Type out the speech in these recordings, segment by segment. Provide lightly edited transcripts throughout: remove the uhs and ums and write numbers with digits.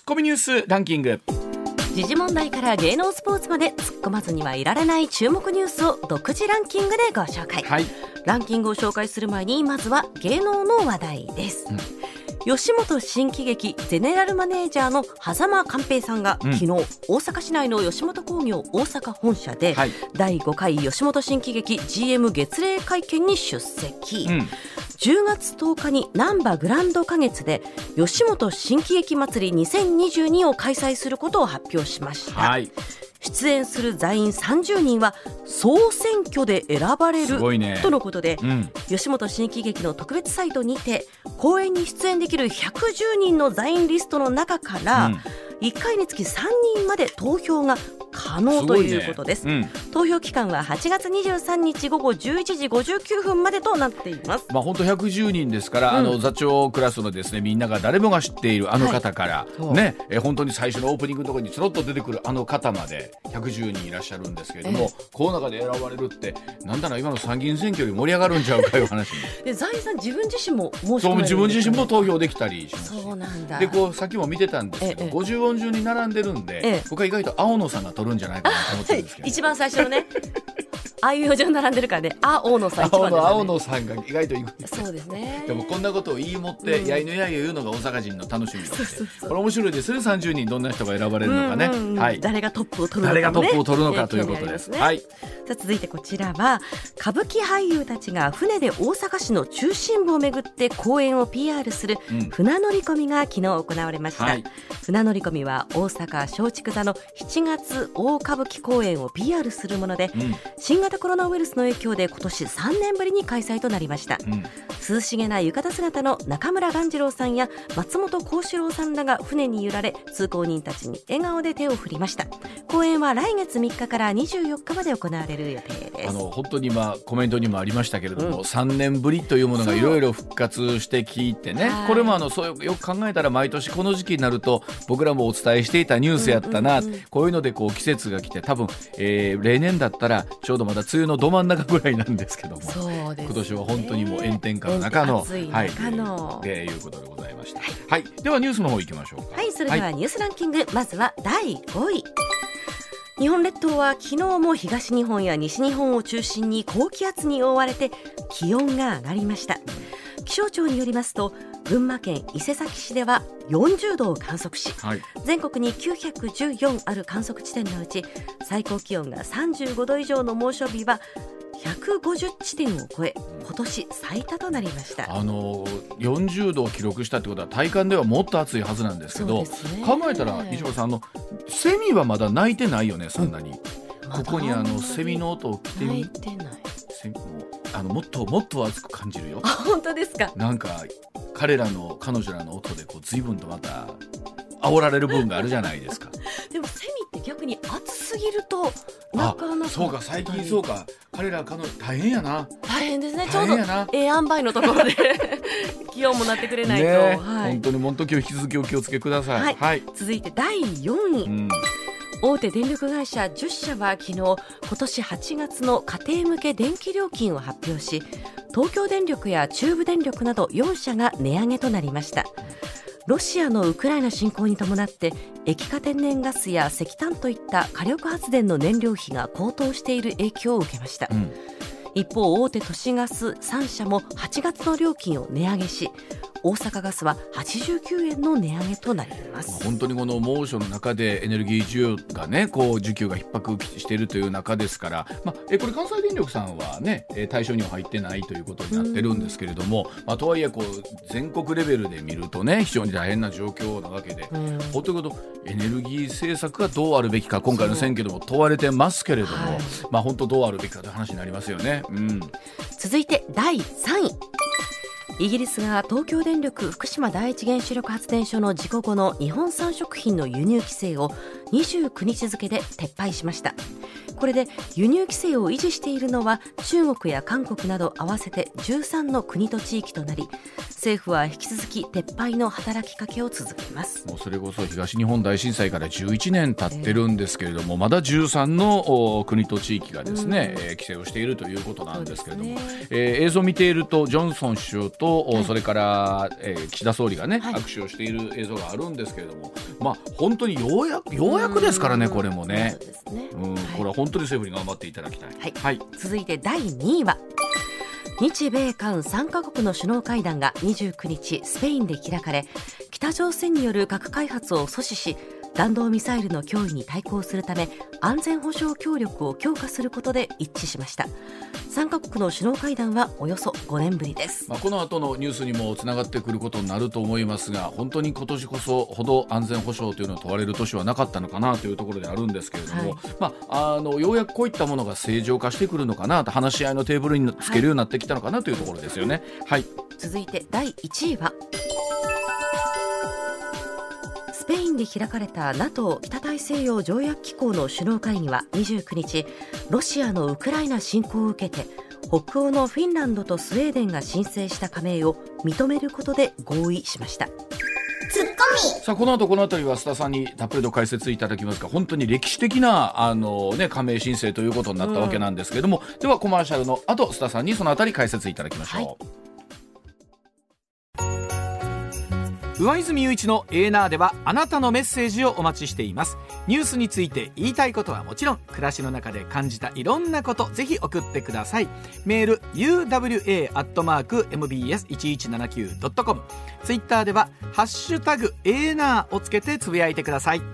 コミニュースランキング。 時事問題から芸能スポーツまで突っ込まずにはいられない注目ニュースを独自ランキングでご紹介、 はい、 ランキングを紹介する前にまずは芸能の話題です、吉本新喜劇ゼネラルマネージャーの狭間寛平さんが、昨日大阪市内の吉本興業大阪本社で、第5回吉本新喜劇 GM 月例会見に出席、10月10日に難波グランド花月で吉本新喜劇祭り2022を開催することを発表しました、出演する座員30人は総選挙で選ばれる、とのことで、吉本新喜劇の特別サイトにて公演に出演できる110人の座員リストの中から、1回につき3人まで投票が可能ということです。投票期間は8月23日午後11時59分までとなっています。 本当110人ですから、座長クラスのですね、みんなが誰もが知っているあの方から、本当に最初のオープニングのところにちょろっと出てくるあの方まで110人いらっしゃるんですけれども、この中で選ばれるってなんだろう、今の参議院選挙より盛り上がるんちゃうかいう話で、座員さん自分自身も申し込めるんですか？ そう、自分自身も投票できたりしますし。 そうなんだ。 で、さっきも見てたんですけど、50音順に並んでるんで、僕は意外と青野さんが取るんじゃないかなと思ってるんですけど、 一番最初のねああいう表情並んでるからね、青野さん一番ですよね。 青野さんが意外といく。 そうですね。 でもこんなことを言いもって、やいのやい言うのが大阪人の楽しみです。これ面白いですね。30人どんな人が選ばれるのかね、 誰がトップを取るのか、 誰がトップを取るのかということです。さあ続いてこちらは歌舞伎俳優たちが船で大阪市の中心部を巡って公演を PR する船乗り込みが昨日行われました、船乗り込みは大阪松竹座の7月大歌舞伎公演を PR するもので、新型コロナウイルスの影響で今年3年ぶりに開催となりました、涼しげな浴衣姿の中村鴈治郎さんや松本幸四郎さんらが船に揺られ、通行人たちに笑顔で手を振りました。公演は来月3日から24日まで行われる予定です。 本当に今コメントにもありましたけれども、3年ぶりというものがいろいろ復活してきてね、これもそうよく考えたら毎年この時期になると僕らもお伝えしていたニュースやったな、こういうので季節が来て、多分、例年だったらちょうどまだ梅雨のど真ん中ぐらいなんですけども、今年は本当にもう炎天下の中のということでございました。ではニュースの方行きましょうか。 それではニュースランキング、まずは第5位。日本列島は昨日も東日本や西日本を中心に高気圧に覆われて気温が上がりました。気象庁によりますと、群馬県伊勢崎市では40度を観測し、全国に914ある観測地点のうち最高気温が35度以上の猛暑日は150地点を超え、今年最多となりました。 40度を記録したってことは体感ではもっと暑いはずなんですけど、考えたら石破さん、セミはまだ鳴いてないよね、そんなに。ここにセミの音を聞いてみ。鳴いてない。もっと暑く感じるよ。 本当ですか。 なんか彼女らの音で随分とまた煽られる部分があるじゃないですか。 でもセミって逆に暑すぎるとなかなか。 そうか、最近そうか、彼ら大変やな。 大変ですね。ちょうど塩梅のところで気温もなってくれないと、 本当に今日引き続きお気をつけください。 続いて第4位、大手電力会社10社は昨日、今年8月の家庭向け電気料金を発表し、東京電力や中部電力など4社が値上げとなりました。ロシアのウクライナ侵攻に伴って液化天然ガスや石炭といった火力発電の燃料費が高騰している影響を受けました、一方、大手都市ガス3社も8月の料金を値上げし、大阪ガスは89円の値上げとなります。 本当にこの猛暑の中でエネルギー需要がね、需給が逼迫しているという中ですから、これ関西電力さんはね、対象には入ってないということになってるんですけれども、とはいえ全国レベルで見るとね、非常に大変な状況なわけで、ということエネルギー政策がどうあるべきか、今回の選挙でも問われてますけれども、本当どうあるべきかという話になりますよね。 続いて第3位。イギリスが東京電力福島第一原子力発電所の事故後の日本産食品の輸入規制を29日付で撤廃しました。 これで輸入規制を維持しているのは中国や韓国など合わせて13の国と地域となり、政府は引き続き撤廃の働きかけを続けます。 もうそれこそ東日本大震災から11年経ってるんですけれども、まだ13の国と地域がですね、規制をしているということなんですけれども、映像を見ているとジョンソン首相と、それから、岸田総理がね、握手をしている映像があるんですけれども、本当にようやくですからね、これもね。 そうですね。 これは本当に政府に頑張っていただきたい。 続いて第2位は、日米韓3カ国の首脳会談が29日スペインで開かれ、北朝鮮による核開発を阻止し、弾道ミサイルの脅威に対抗するため安全保障協力を強化することで一致しました。3カ国の首脳会談はおよそ5年ぶりです。 この後のニュースにもつながってくることになると思いますが、本当に今年こそほど安全保障というのを問われる年はなかったのかなというところであるんですけれども、ようやくこういったものが正常化してくるのかなと、話し合いのテーブルにつけるようになってきたのかなというところですよね。 続いて第1位は、スペインで開かれた NATO 北大西洋条約機構の首脳会議は29日、ロシアのウクライナ侵攻を受けて北欧のフィンランドとスウェーデンが申請した加盟を認めることで合意しました。 さあ、この後この辺りは須田さんにたっぷりと解説いただきますが、本当に歴史的な加盟申請ということになったわけなんですけれども、ではコマーシャルの後、須田さんにそのあたり解説いただきましょう。 上泉雄一のエーナーではあなたのメッセージをお待ちしています。ニュースについて言いたいことはもちろん、暮らしの中で感じたいろんなこと、ぜひ送ってください。メール uwa@mbs1179.com、 ツイッターではハッシュタグエーナーをつけてつぶやいてください。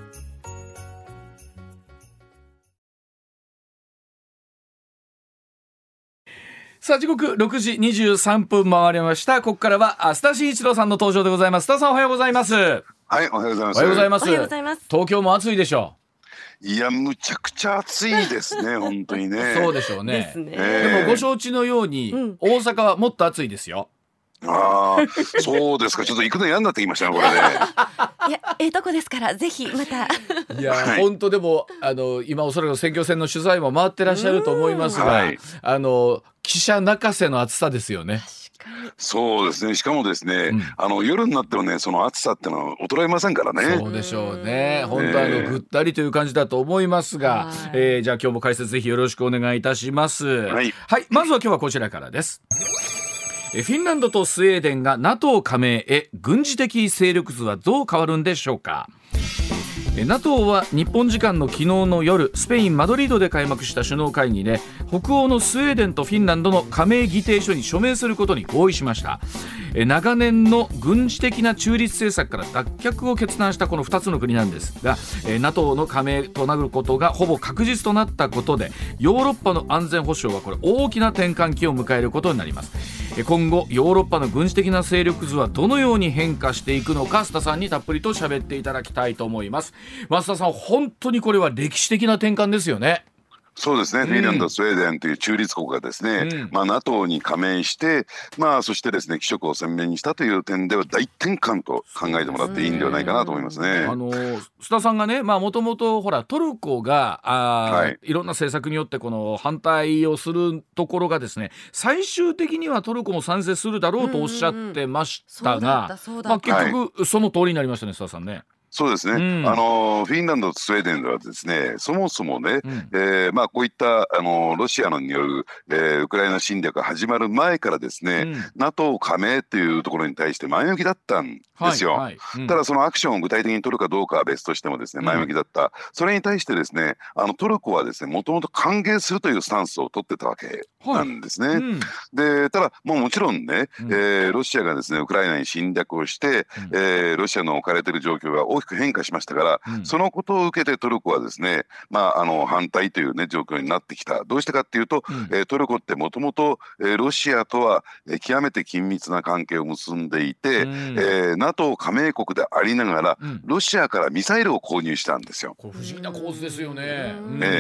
さあ、時刻6時23分回りました。ここからは須田慎一郎さんの登場でございます。須田さん、おはようございます。 はい、おはようございます。 おはようございます。 おはようございます。 東京も暑いでしょう。いや、むちゃくちゃ暑いですね本当にね。 そうでしょうね。 でもご承知のように、大阪はもっと暑いですよ。 そうですか。ちょっと行くの嫌になってきましたね、これね。 いや、とこですから、ぜひまた。 いや、本当でも今おそらく選挙戦の取材も回ってらっしゃると思いますが、記者泣かせの暑さですよね。 そうですね。しかもですね、夜になってもね、その暑さってのは衰えませんからね。 そうでしょうね。本当ぐったりという感じだと思いますが、じゃあ今日も解説ぜひよろしくお願いいたします。はい、まずは今日はこちらからです。フィンランドとスウェーデンが NATO 加盟へ、軍事的勢力図はどう変わるんでしょうか。NATO は日本時間の昨日の夜、スペイン・マドリードで開幕した首脳会議で、北欧のスウェーデンとフィンランドの加盟議定書に署名することに合意しました。長年の軍事的な中立政策から脱却を決断したこの2つの国なんですが、NATO の加盟となることがほぼ確実となったことで、ヨーロッパの安全保障はこれ大きな転換期を迎えることになります。今後ヨーロッパの軍事的な勢力図はどのように変化していくのか、須田さんにたっぷりと喋っていただきたいと思います。須田さん、本当にこれは歴史的な転換ですよね。 そうですね。フィンランド、スウェーデンという中立国がですね、NATO に加盟して、そしてですね、気色を鮮明にしたという点では大転換と考えてもらっていいんではないかなと思いますね。 須田さんがね、もともとトルコがいろんな政策によってこの反対をするところがですね、最終的にはトルコも賛成するだろうとおっしゃってましたが、結局その通りになりましたね、須田さんね。 そうですね。フィンランドとスウェーデンではですね、そもそもね、こういったロシアによる、ウクライナ侵略が始まる前からですね、NATO 加盟っていうところに対して前向きだったんですよ。ただそのアクションを具体的に取るかどうかは別としてもですね、前向きだった。それに対してですね、トルコはですね、もともと歓迎するというスタンスを取ってたわけなんですね。で、ただもちろんね、ロシアがですね、ウクライナに侵略をして、ロシアの置かれている状況が大きく変化しましたから、そのことを受けてトルコはですね、反対というね、状況になってきた。どうしてかっていうと、トルコってもともとロシアとは極めて緊密な関係を結んでいて、NATO 加盟国でありながら、ロシアからミサイルを購入したんですよ。 これ不思議な構図ですよね。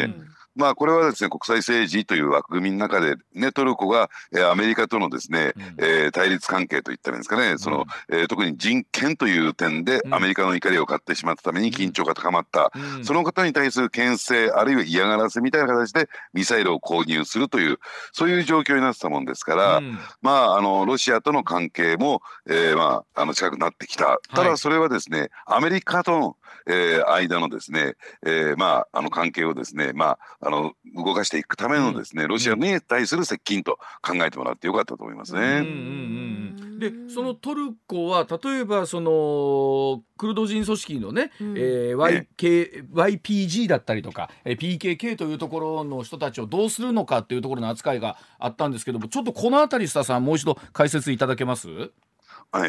まあこれはですね、国際政治という枠組みの中でね、トルコがアメリカとのですね、対立関係といったらいいんですかね、特に人権という点でアメリカの怒りを買ってしまったために緊張が高まった、そのことに対する牽制あるいは嫌がらせみたいな形でミサイルを購入するという、そういう状況になってたもんですから、まあロシアとの関係も、まあ近くなってきた。ただそれはですね、アメリカとの間のですね、まあ関係をですね、まあ動かしていくためのですね、ロシアに対する接近と考えてもらってよかったと思いますね。 でそのトルコは例えばそのクルド人組織のね、YPG だったりとか、PKK というところの人たちをどうするのかっていうところの扱いがあったんですけども、ちょっとこのあたり須田さんもう一度解説いただけます？ はい、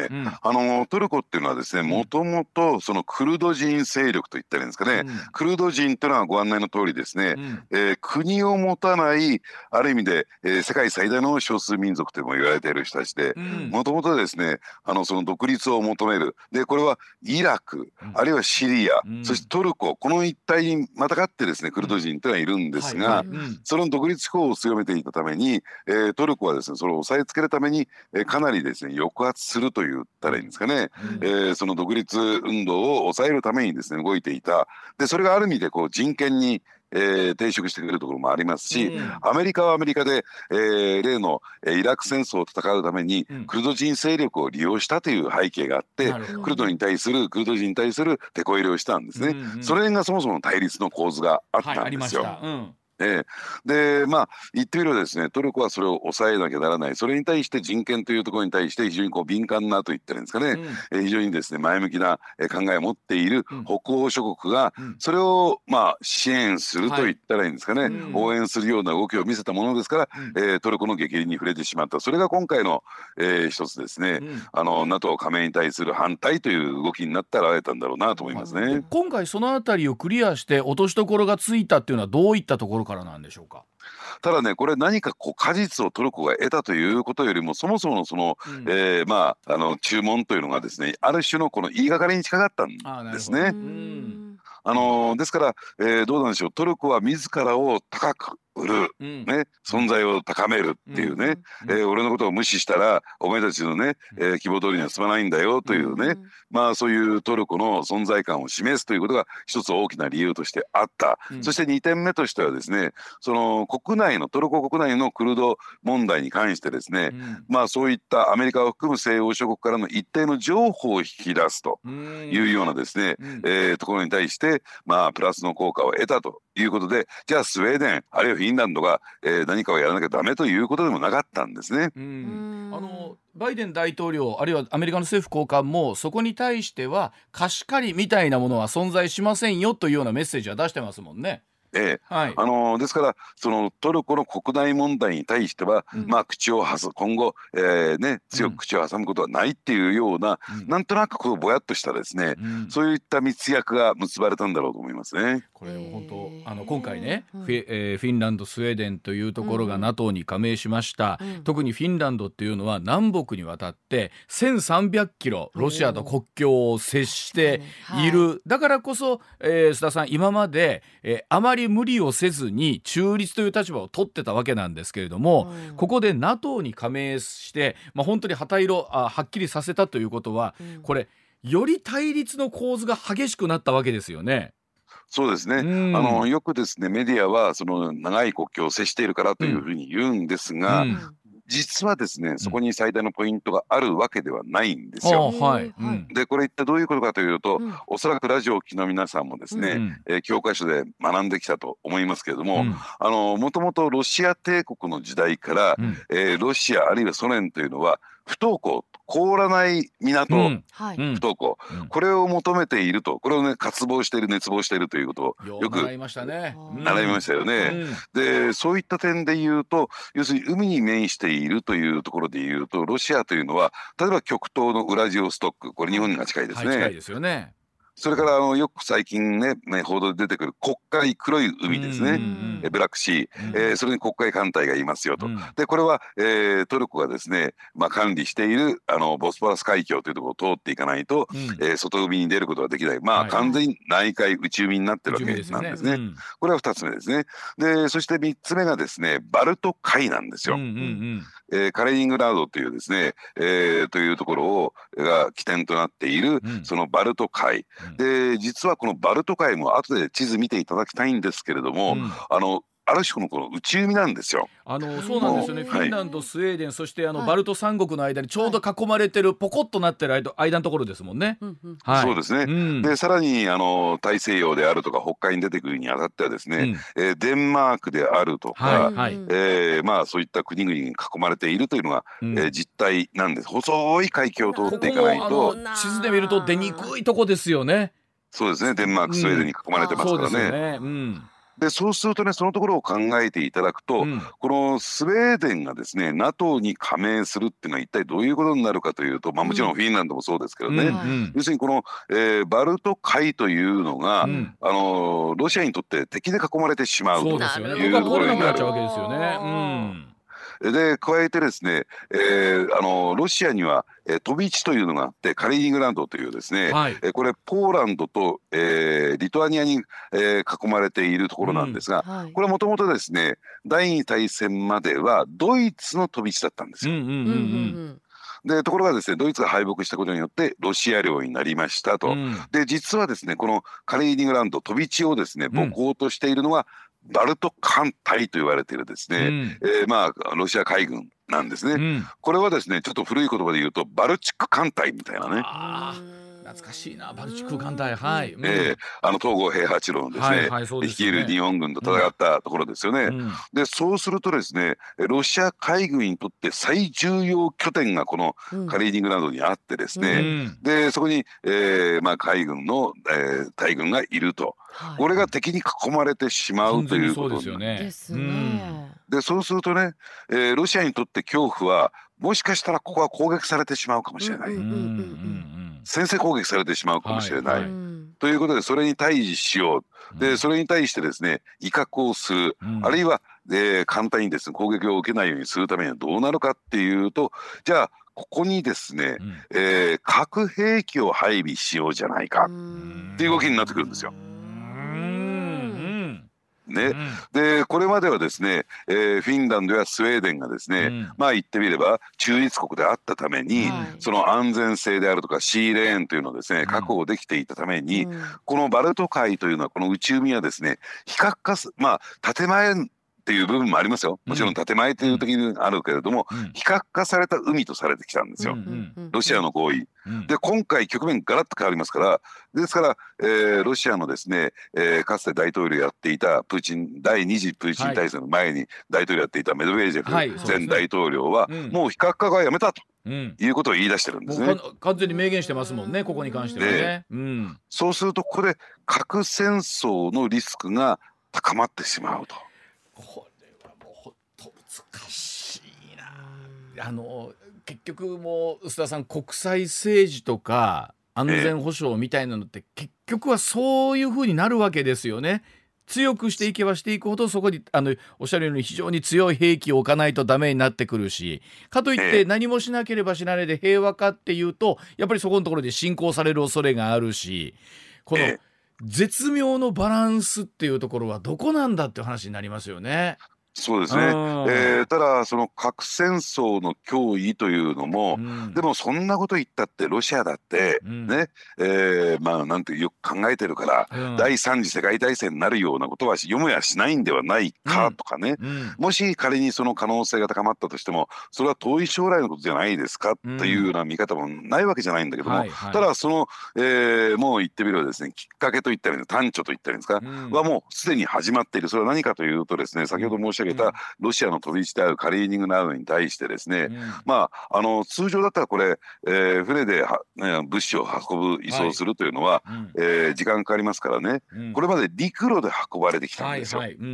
トルコっていうのはですね、もともとそのクルド人勢力といったらいいんですかね、クルド人というのはご案内の通りですね、国を持たないある意味で、世界最大の少数民族とも言われている人たちで、もともとですねその独立を求める。でこれはイラク、あるいはシリア、そしてトルコ、この一帯にまたがってですねクルド人というのはいるんですが、その独立志向を強めていたために、トルコはですねそれを押さえつけるために、かなりですね抑圧すると言ったらいいんですかね、その独立運動を抑えるためにですね動いていた。でそれがある意味でこう人権に抵触してくるところもありますし、アメリカはアメリカで、例のイラク戦争を戦うためにクルド人勢力を利用したという背景があって、クルド人に対するテこ入れをしたんですね。それがそもそもの対立の構図があったんですよ。でまあ言ってみればですね、トルコはそれを抑えなきゃならない。それに対して人権というところに対して非常にこう敏感なと言ったらいいんですかね、非常にですね前向きな考えを持っている北欧諸国がそれをまあ支援すると言ったらいいんですかね、応援するような動きを見せたものですから、トルコの激鱗に触れてしまった。それが今回の、一つですね、NATO 加盟に対する反対という動きになって現れたんだろうなと思いますね。 今回そのあたりをクリアして落としどころがついたっていうのはどういったところからなんでしょうか？ ただね、これ何かこう果実をトルコが得たということよりも、そもそものその、まあ注文というのがですね、ある種のこの言いがかりに近かったんですね。ですから、どうなんでしょう、トルコは自らを高く売る、存在を高めるっていうね、俺のことを無視したらお前たちのね、希望通りには進まないんだよというね、まあそういうトルコの存在感を示すということが一つ大きな理由としてあった。そして2点目としてはですね、そのトルコ国内のクルド問題に関してですね、まあそういったアメリカを含む西欧諸国からの一定の譲歩を引き出すというようなですね、ところに対してまあプラスの効果を得たということで、じゃあスウェーデンあるいはフィンランドが、何かをやらなきゃダメということでもなかったんですね。 バイデン大統領あるいはアメリカの政府高官もそこに対しては貸し借りみたいなものは存在しませんよというようなメッセージは出してますもんね。ですからそのトルコの国内問題に対しては、まあ口を挟む今後、強く口を挟むことはないっていうような、なんとなくこうぼやっとしたですね、そういった密約が結ばれたんだろうと思いますね。 これ本当今回ね、フィンランドスウェーデンというところが NATO に加盟しました。特にフィンランドっていうのは南北にわたって1300キロロシアと国境を接している。だからこそ、須田さん今まで、あまり無理をせずに中立という立場を取ってたわけなんですけれども、ここで NATO に加盟して、本当に旗色はっきりさせたということは、これより対立の構図が激しくなったわけですよね。 そうですね、よくですねメディアはその長い国境を接しているからというふうに言うんですが、実はですねそこに最大のポイントがあるわけではないんですよ。でこれ一体どういうことかというと、おそらくラジオを聴きの皆さんもですね、教科書で学んできたと思いますけれども、もともとロシア帝国の時代から、ロシアあるいはソ連というのは不凍港、凍らない港、不凍港、これを求めていると、これをね熱望しているということをよく習いましたね。 習いましたよね。でそういった点で言うと、要するに海に面しているというところで言うと、ロシアというのは例えば極東のウラジオストック、これ日本が近いですね。 近いですよね。 それからよく最近ね報道で出てくる黒海黒い海ですね、ブラックシー、それに黒海艦隊がいますよと。でこれは、トルコがですね、管理しているボスポラス海峡というところを通っていかないと、外海に出ることができない、完全に内海内海になってるわけなんですね。これは2つ目ですね。でそして3つ目がですねバルト海なんですよ。カレーニングラードというですね、というところが起点となっている、そのバルト海、で実はこのバルト海も後で地図見ていただきたいんですけれども、ある種この内海なんですよ。 そうなんですよね。フィンランド、スウェーデン、そしてバルト三国の間にちょうど囲まれてるポコッとなってる間のところですもんね。 そうですね。でさらに大西洋であるとか北海に出てくるにあたってはですね、デンマークであるとか、そういった国々に囲まれているというのが、実態なんです。細い海峡を通っていかないと。 地図で見ると出にくいとこですよね。 そうですね。デンマーク、スウェーデンに囲まれてますからね。でそうするとねそのところを考えていただくと、このスウェーデンがですね NATO に加盟するっていうのは一体どういうことになるかというと、もちろんフィンランドもそうですけどね、要するにこの、バルト海というのが、ロシアにとって敵で囲まれてしまうというところになるわけですよね。で加えてですね、ロシアには飛び地というのがあってカリーニングランドというですね、これポーランドと、リトアニアに、囲まれているところなんですが、これはもともとですね第二次大戦まではドイツの飛び地だったんですよ。でところがですねドイツが敗北したことによってロシア領になりましたと。で実はですねこのカリーニングランド飛び地をですね母港としているのはバルト艦隊と言われているですね、ロシア海軍なんですね。これはですねちょっと古い言葉で言うとバルチック艦隊みたいなね。 懐かしいなバルチック艦隊。 東郷平八郎のですね率いる日本軍と戦ったところですよね。でそうするとですねロシア海軍にとって最重要拠点がこのカリーニングランドにあってですね、でそこに、海軍の、大軍がいると、これが敵に囲まれてしまうということですね。でそうするとね、ロシアにとって恐怖はもしかしたらここは攻撃されてしまうかもしれない、先制攻撃されてしまうかもしれない、ということでそれに対峙しよう。でそれに対してですね威嚇をする、あるいは、簡単にですね攻撃を受けないようにするためにはどうなるかっていうと、じゃあここにですね、核兵器を配備しようじゃないかっていう動きになってくるんですよ。でこれまではですね、フィンランドやスウェーデンがですね、言ってみれば中立国であったために、その安全性であるとかシーレーンというのをですね確保できていたために、このバルト海というのはこの内海はですね非核化建前っていう部分もありますよ。もちろん建前という時にあるけれども、非核化された海とされてきたんですよ、ロシアの合意で。今回局面ガラッと変わりますから、ですから、ロシアのですね、かつて大統領やっていた第二次プーチン体制の前に大統領やっていたメドベージェフ前大統領は、もう非核化がやめたということを言い出してるんですね。 完全に明言してますもんね、ここに関してはね。 そうするとここで核戦争のリスクが高まってしまうと。 これはもうほんと難しいな。結局もう須田さん、国際政治とか安全保障みたいなのって結局はそういう風になるわけですよね。強くしていけばしていくほどそこにおっしゃるように非常に強い兵器を置かないとダメになってくるし、かといって何もしなければしないで平和かっていうとやっぱりそこのところで侵攻される恐れがあるし、この絶妙のバランスっていうところはどこなんだっていう話になりますよね。 そうですね、ただその核戦争の脅威というのも、でもそんなこと言ったってロシアだって、ね、なんてよく考えてるから、第三次世界大戦になるようなことはよもやしないんではないかとかね、もし仮にその可能性が高まったとしてもそれは遠い将来のことじゃないですかというような見方もないわけじゃないんだけども、ただその、もう言ってみればですねきっかけといったり端緒といったりですか、はもうすでに始まっている。それは何かというとですね、先ほど申し上げたロシアの飛び地であるカリーニングラードに対してですね、通常だったらこれ、船で物資を運ぶ移送するというのは、時間かかりますからね、これまで陸路で運ばれてきたんですよ。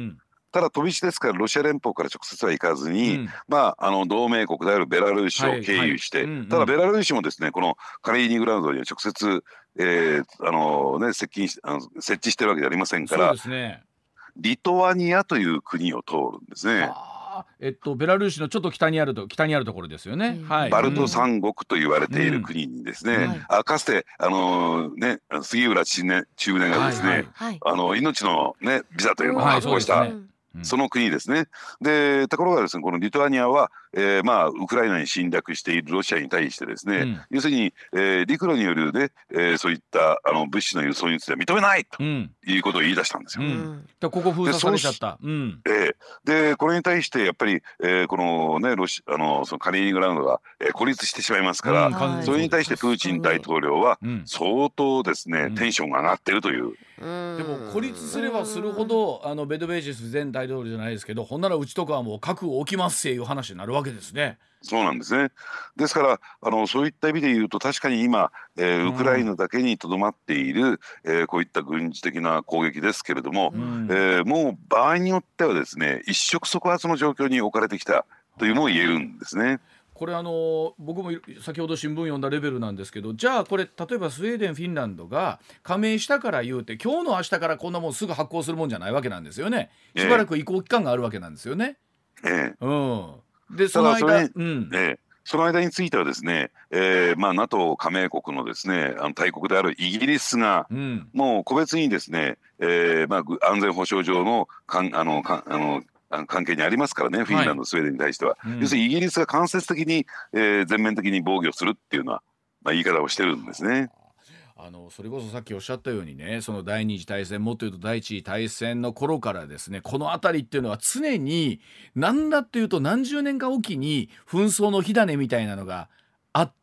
ただ飛び地ですからロシア連邦から直接は行かずに、同盟国であるベラルーシを経由して、ただベラルーシもですねこのカリーニングラードには直接、設置してるわけじゃありませんから、 そうですね、 リトアニアという国を通るんですね。 ベラルーシのちょっと北にあるところですよね、 バルト三国と言われている国にですね、かつて杉浦中年がですね、命のねビザというのを発行した、その国ですね。でところがですねこのリトアニアは、ウクライナに侵略しているロシアに対してですね、要するに、陸路によるね、そういった物資の輸送については認めないということを言い出したんですよ。 ここ封鎖されちゃった。 でこれに対してやっぱり、このねそのカリーニングラードが、孤立してしまいますから、それに対してプーチン大統領は相当ですね、テンションが上がってるという。 でも孤立すればするほどベドベージェス前大統領じゃないですけど、ほんならうちとかはもう核を置きますっていう話になるわけですね。 そうなんですね。ですからそういった意味で言うと確かに今、ウクライナだけにとどまっている、こういった軍事的な攻撃ですけれども、もう場合によってはですね一触即発の状況に置かれてきたというのも言えるんですね。 これ僕も先ほど新聞読んだレベルなんですけど、じゃあこれ例えばスウェーデンフィンランドが加盟したから言うて今日の明日からこんなもんすぐ発行するもんじゃないわけなんですよね。しばらく移行期間があるわけなんですよね。でその間その間についてはですね、NATO 加盟国のですね大国であるイギリスが、もう個別にですね、安全保障上の関係にありますからね、フィンランド、スウェーデンに対しては、要するにイギリスが間接的に、全面的に防御するっていうのは、言い方をしてるんですね。 それこそさっきおっしゃったようにね、その第二次大戦、もっと言うと第一次大戦の頃からですね、この辺りっていうのは常に何だっていうと何十年かおきに紛争の火種みたいなのがあって、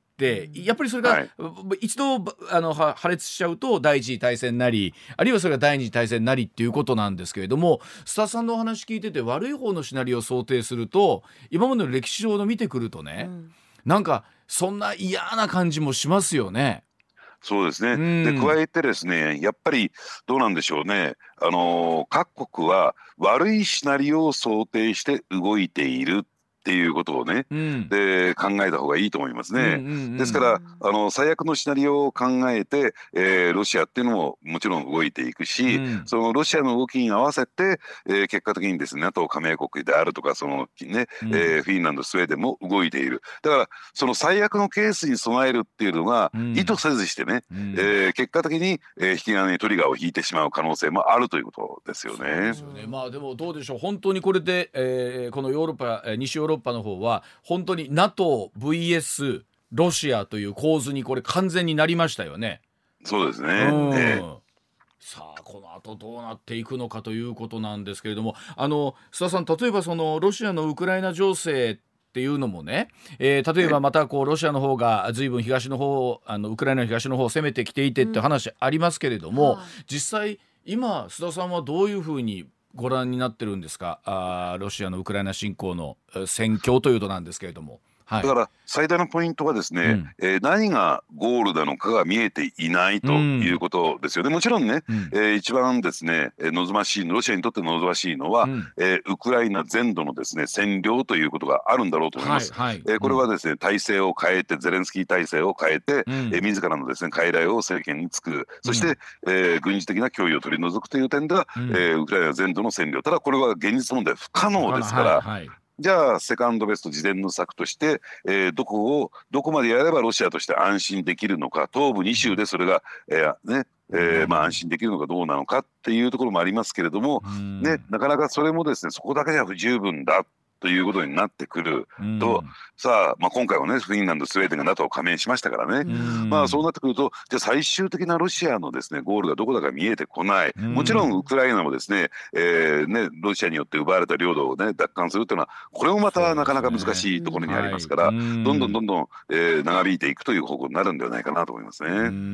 やっぱりそれが一度破裂しちゃうと第一次大戦なり、あるいはそれが第二次大戦なりっていうことなんですけれども、須田さんのお話聞いてて悪い方のシナリオを想定すると、今までの歴史上の見てくるとね、なんかそんな嫌な感じもしますよね。 そうですね。で加えてですね、やっぱりどうなんでしょうね、各国は悪いシナリオを想定して動いているっていうことをね、で考えた方がいいと思いますね。ですから最悪のシナリオを考えて、ロシアっていうのももちろん動いていくし、そのロシアの動きに合わせて、結果的にですね NATO 加盟国であるとかフィンランドスウェーデンも動いている。だからその最悪のケースに備えるっていうのが、意図せずしてね、結果的に、引き金にトリガーを引いてしまう可能性もあるということですよね。 そうですよね。でもどうでしょう、本当にこれで、このヨーロッパ、西ヨーロッパの方は本当に NATO vs ロシアという構図にこれ完全になりましたよね。 そうですね。 さあこの後どうなっていくのかということなんですけれども、須田さん、例えばそのロシアのウクライナ情勢っていうのもね、例えばまたこうロシアの方が随分東の方、ウクライナの東の方を攻めてきていてって話ありますけれども、実際今須田さんはどういうふうにご覧になってるんですか。ロシアのウクライナ侵攻の戦況というとなんですけれども、 だから最大のポイントはですね、何がゴールなのかが見えていないということですよね。もちろんね、一番ですね望ましい、ロシアにとって望ましいのは、ウクライナ全土のですね占領ということがあるんだろうと思います。これはですね体制を変えて、ゼレンスキー体制を変えて、自らのですね傀儡を政権に就く、そして、軍事的な脅威を取り除くという点では、ウクライナ全土の占領、ただこれは現実問題不可能ですから、じゃあセカンドベスト、事前の策として、どこまでやればロシアとして安心できるのか、東部2州でそれが、安心できるのかどうなのかっていうところもありますけれども、なかなかそれもですねそこだけじゃ不十分だということになってくると、さあ、今回はねフィンランド、スウェーデンが NATO 加盟しましたからね、そうなってくると、じゃあ最終的なロシアのですねゴールがどこだか見えてこない。もちろんウクライナもですね、ロシアによって奪われた領土をね奪還するというのは、これもまたなかなか難しいところにありますから、どんどん長引いていくという方向になるんではないかなと思いますね。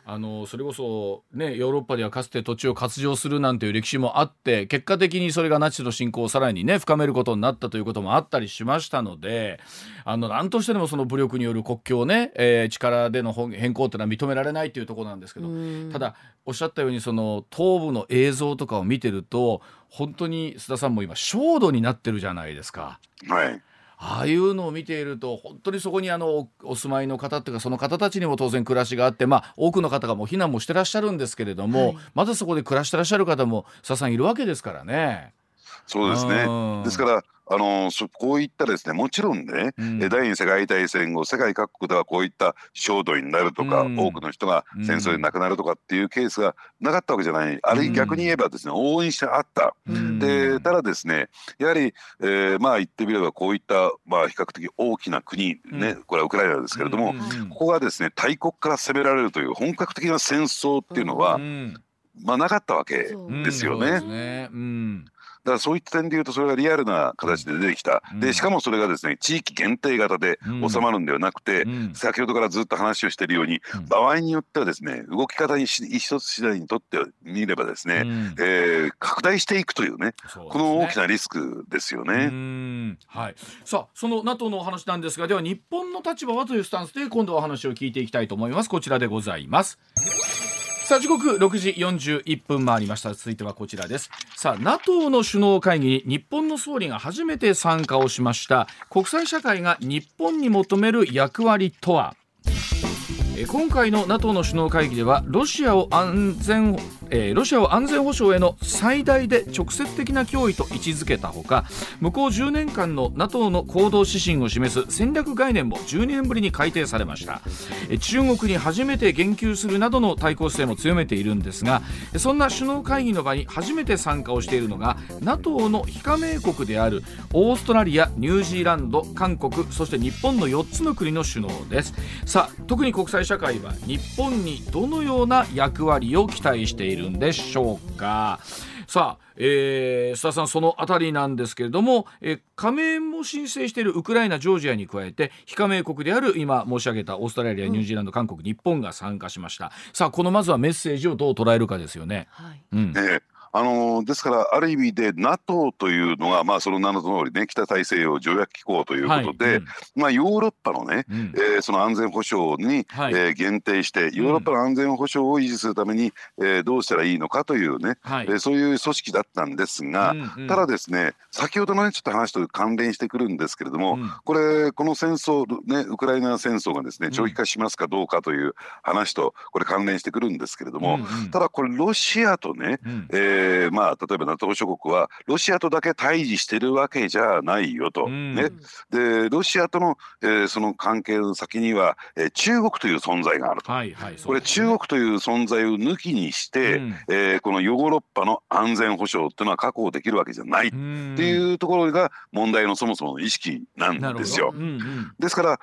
それこそ、ね、ヨーロッパではかつて土地を割譲するなんていう歴史もあって、結果的にそれがナチスの侵攻をさらに、ね、深めることになったということもあったりしましたので、何としてでもその武力による国境ね、力での変更というのは認められないというところなんですけど、ただおっしゃったようにその東部の映像とかを見てると本当に須田さんも今焦土になってるじゃないですか。 はい。 ああいうのを見ていると本当にそこにお住まいの方っていうかその方たちにも当然暮らしがあって、多くの方がもう避難もしてらっしゃるんですけれども、まだそこで暮らしてらっしゃる方も須田さんいるわけですからね。 そうですね。ですからこういったですね、もちろんね、第二次世界大戦後世界各国ではこういった焦土になるとか、多くの人が戦争で亡くなるとかっていうケースがなかったわけじゃない、あるいは逆に言えばですね、往々にしてあった。でただですね、やはり、言ってみればこういった、比較的大きな国、ね、これはウクライナですけれども、ここがですね大国から攻められるという本格的な戦争っていうのは、なかったわけですよね。だからそういった点でいうとそれがリアルな形で出てきた。でしかもそれがですね地域限定型で収まるんではなくて、先ほどからずっと話をしているように、場合によってはですね動き方に一つ次第にとってみればですね、拡大していくというね、この大きなリスクですよね。 はい、さあその NATO のお話なんですが、では日本の立場はというスタンスで今度はお話を聞いていきたいと思います。こちらでございます。さあ時刻6時41分回りました。続いてはこちらです。さあ NATO の首脳会議に日本の総理が初めて参加をしました。国際社会が日本に求める役割とは。今回の NATO の首脳会議ではロシアを安全保障への最大で直接的な脅威と位置づけたほか、向こう10年間の NATO の行動指針を示す戦略概念も12年ぶりに改定されました。中国に初めて言及するなどの対抗姿勢も強めているんですが、そんな首脳会議の場に初めて参加をしているのが NATO の非加盟国であるオーストラリア、ニュージーランド、韓国、そして日本の4つの国の首脳です。さあ特に国際社会は日本にどのような役割を期待しているんでしょうか。さあ、須田さんそのあたりなんですけれども、加盟も申請しているウクライナ、ジョージアに加えて非加盟国である今申し上げたオーストラリア、ニュージーランド、韓国、日本が参加しました。さあこのまずはメッセージをどう捉えるかですよね。 ですからある意味で NATO というのが、その名の通りね、北大西洋条約機構ということで、ヨーロッパのね、その安全保障に、限定してヨーロッパの安全保障を維持するために、どうしたらいいのかというね、そういう組織だったんですが、ただですね先ほどのねちょっと話と関連してくるんですけれども、この戦争ね、ウクライナ戦争がですね長期化しますかどうかという話とこれ関連してくるんですけれども、ただこれロシアとね、例えば NATO 諸国はロシアとだけ対峙してるわけじゃないよと、でロシアとの、その関係の先には、中国という存在があると、これ中国という存在を抜きにして、このヨーロッパの安全保障っていうのは確保できるわけじゃないっていうところが問題のそもそもの意識なんですよ。ですから、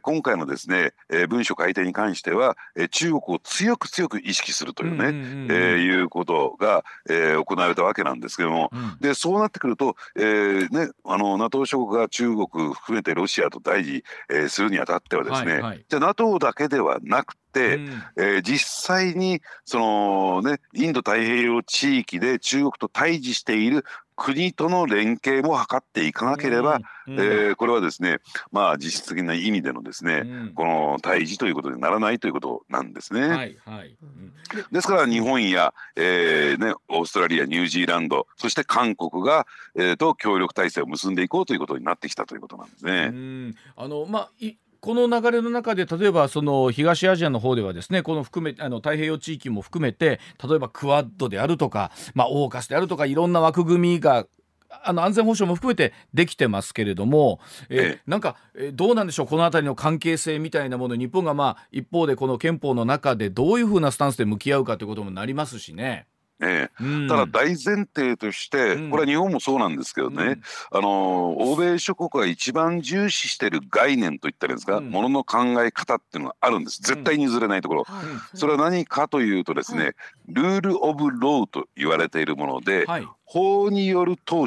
今回のですね、文書改定に関しては、中国を強く意識するというね、いうことが、行われたわけなんですけども、でそうなってくると、NATO 諸国が中国含めてロシアと対峙、するにあたってはですね、じゃあ NATO だけではなくて、実際にその、インド太平洋地域で中国と対峙している国との連携も図っていかなければ、これはですね、実質的な意味でのですね、この対峙ということにならないということなんですね。ですから日本や、オーストラリア、ニュージーランド、そして韓国が、と協力体制を結んでいこうということになってきたということなんですね。 この流れの中で例えばその東アジアの方ではですね、この含め太平洋地域も含めて例えばクアッドであるとか、オーカスであるとかいろんな枠組みが安全保障も含めてできてますけれども、どうなんでしょう、このあたりの関係性みたいなもの、日本が一方でこの憲法の中でどういうふうなスタンスで向き合うかということもなりますしね。 ただ大前提として、これは日本もそうなんですけどね、欧米諸国が一番重視している概念といったらいいんですか、ものの考え方っていうのがあるんです。絶対に譲れないところ、それは何かというとですね、ルール・オブ・ローと言われているもので、法による統治、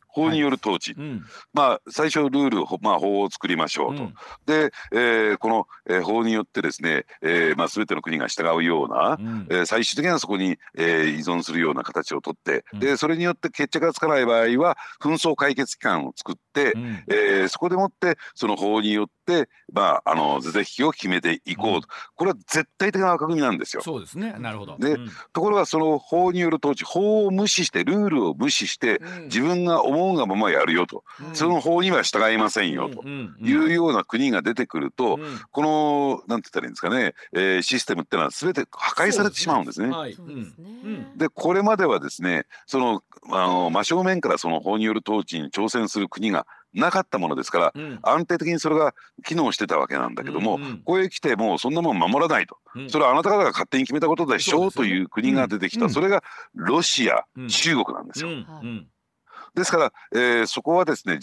法による統治、最初ルール、法を作りましょうと、で、この、法によってですね、全ての国が従うような、最終的にはそこに、依存するような形をとって、でそれによって決着がつかない場合は紛争解決機関を作って、そこでもってその法によって是々非々を決めていこうと、これは絶対的な枠組みなんですよ。 そうですね、なるほど。 で、ところがその法による統治、法を無視してルールを無視して、自分が思うがままやるよと、その法には従いませんよというような国が出てくると、このなんて言ったらいいんですかね、システムってのは全て破壊されてしまうんですね。でこれまではですね、その真正面からその法による統治に挑戦する国がなかったものですから、安定的にそれが機能してたわけなんだけども、ここへ来てもうそんなもん守らないと、それはあなた方が勝手に決めたことでしょうという国が出てきた、それがロシア、中国なんですよ。ですから、そこはですね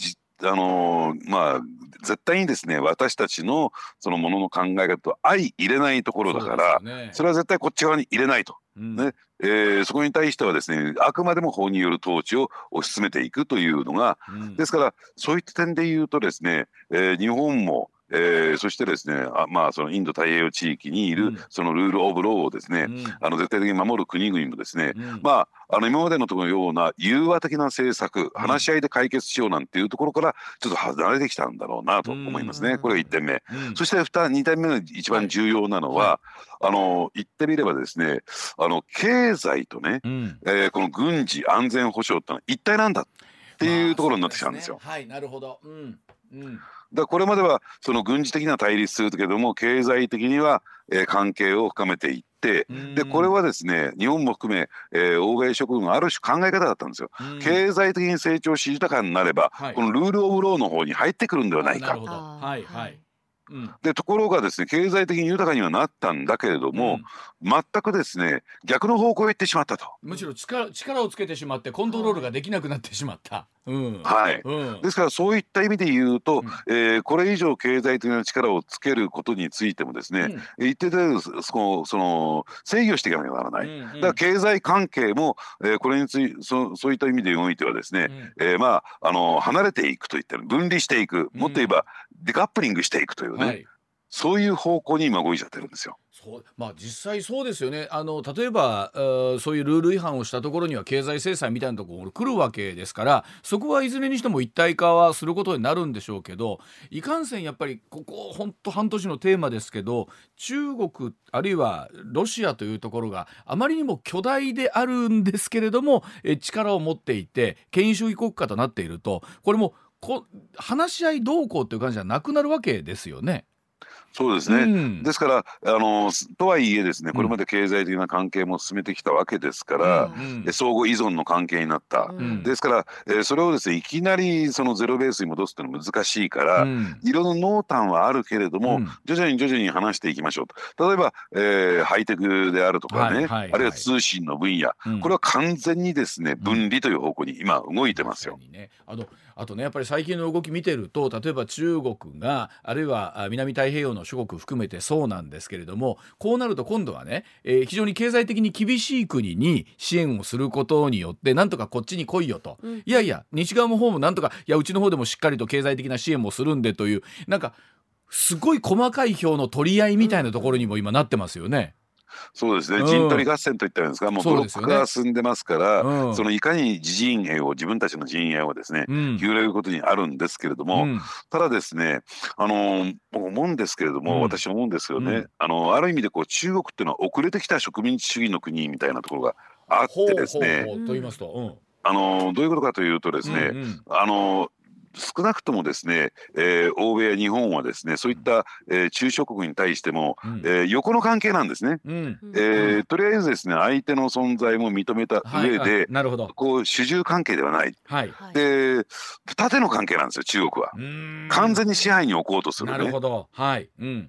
絶対にですね私たちのそのものの考え方と相入れないところだから、それは絶対こっち側に入れないと、そこに対してはですねあくまでも法による統治を推し進めていくというのが、ですからそういった点で言うとですね、日本もそしてですねそのインド太平洋地域にいるそのルールオブローをですね、絶対的に守る国々もですね、今までのところのような融和的な政策、話し合いで解決しようなんていうところからちょっと離れてきたんだろうなと思いますね。これが1点目、そして2点目の一番重要なのは、言ってみればですね経済とね、この軍事安全保障ってのは一体なんだっていうところになってきたんですよ。 はい、なるほど。 だからこれまではその軍事的な対立するけども経済的には関係を深めていって、でこれはですね日本も含め欧米諸国のある種考え方だったんですよ。経済的に成長し豊かになれば、このルールオブローの方に入ってくるんではないか。でところがですね経済的に豊かにはなったんだけれども、全くですね逆の方向へ行ってしまったと。 むしろ力をつけてしまってコントロールができなくなってしまった。ですからそういった意味で言うと、これ以上経済的な力をつけることについてもですね、一定程度その制御していかなきゃならない。だから経済関係も、これにそういった意味でおいてはですね、離れていくといった分離していく、もっと言えばデカップリングしていくというね、そういう方向に今動いちゃってるんですよ。 実際そうですよね。例えばそういうルール違反をしたところには経済制裁みたいなところ来るわけですから、そこはいずれにしても一体化はすることになるんでしょうけど、いかんせんやっぱりここほんと半年のテーマですけど、中国あるいはロシアというところがあまりにも巨大であるんですけれども、力を持っていて権威主義国家となっていると、これも話し合いどうこうという感じじゃなくなるわけですよね。 そうですね、ですからとはいえですねこれまで経済的な関係も進めてきたわけですから、相互依存の関係になった、ですから、それをですねいきなりそのゼロベースに戻すっていうのは難しいから、いろんな濃淡はあるけれども、徐々に話していきましょうと。例えば、ハイテクであるとかね、あるいは通信の分野、これは完全にですね分離という方向に今動いてますよ。 あとねやっぱり最近の動き見てると、例えば中国があるいは南太平洋の諸国含めてそうなんですけれども、こうなると今度はね、非常に経済的に厳しい国に支援をすることによってなんとかこっちに来いよと、いやいや西側の方もなんとかうちの方でもしっかりと経済的な支援もするんでという、なんかすごい細かい票の取り合いみたいなところにも今なってますよね。 そうですね、陣取り合戦といったんですが、もうブロックが進んでますから、そのいかに自分たちの陣営をですね広げることにあるんですけれども、ただですね僕思うんですけれども、私思うんですよね、ある意味で中国っていうのは遅れてきた植民地主義の国みたいなところがあってですね、 と言いますと、 どういうことかというとですね、少なくともですね、欧米や日本はですねそういった、中小国に対しても、横の関係なんですね。とりあえずですね相手の存在も認めた上で、主従関係ではない、で縦の関係なんですよ中国は。完全に支配に置こうとするね。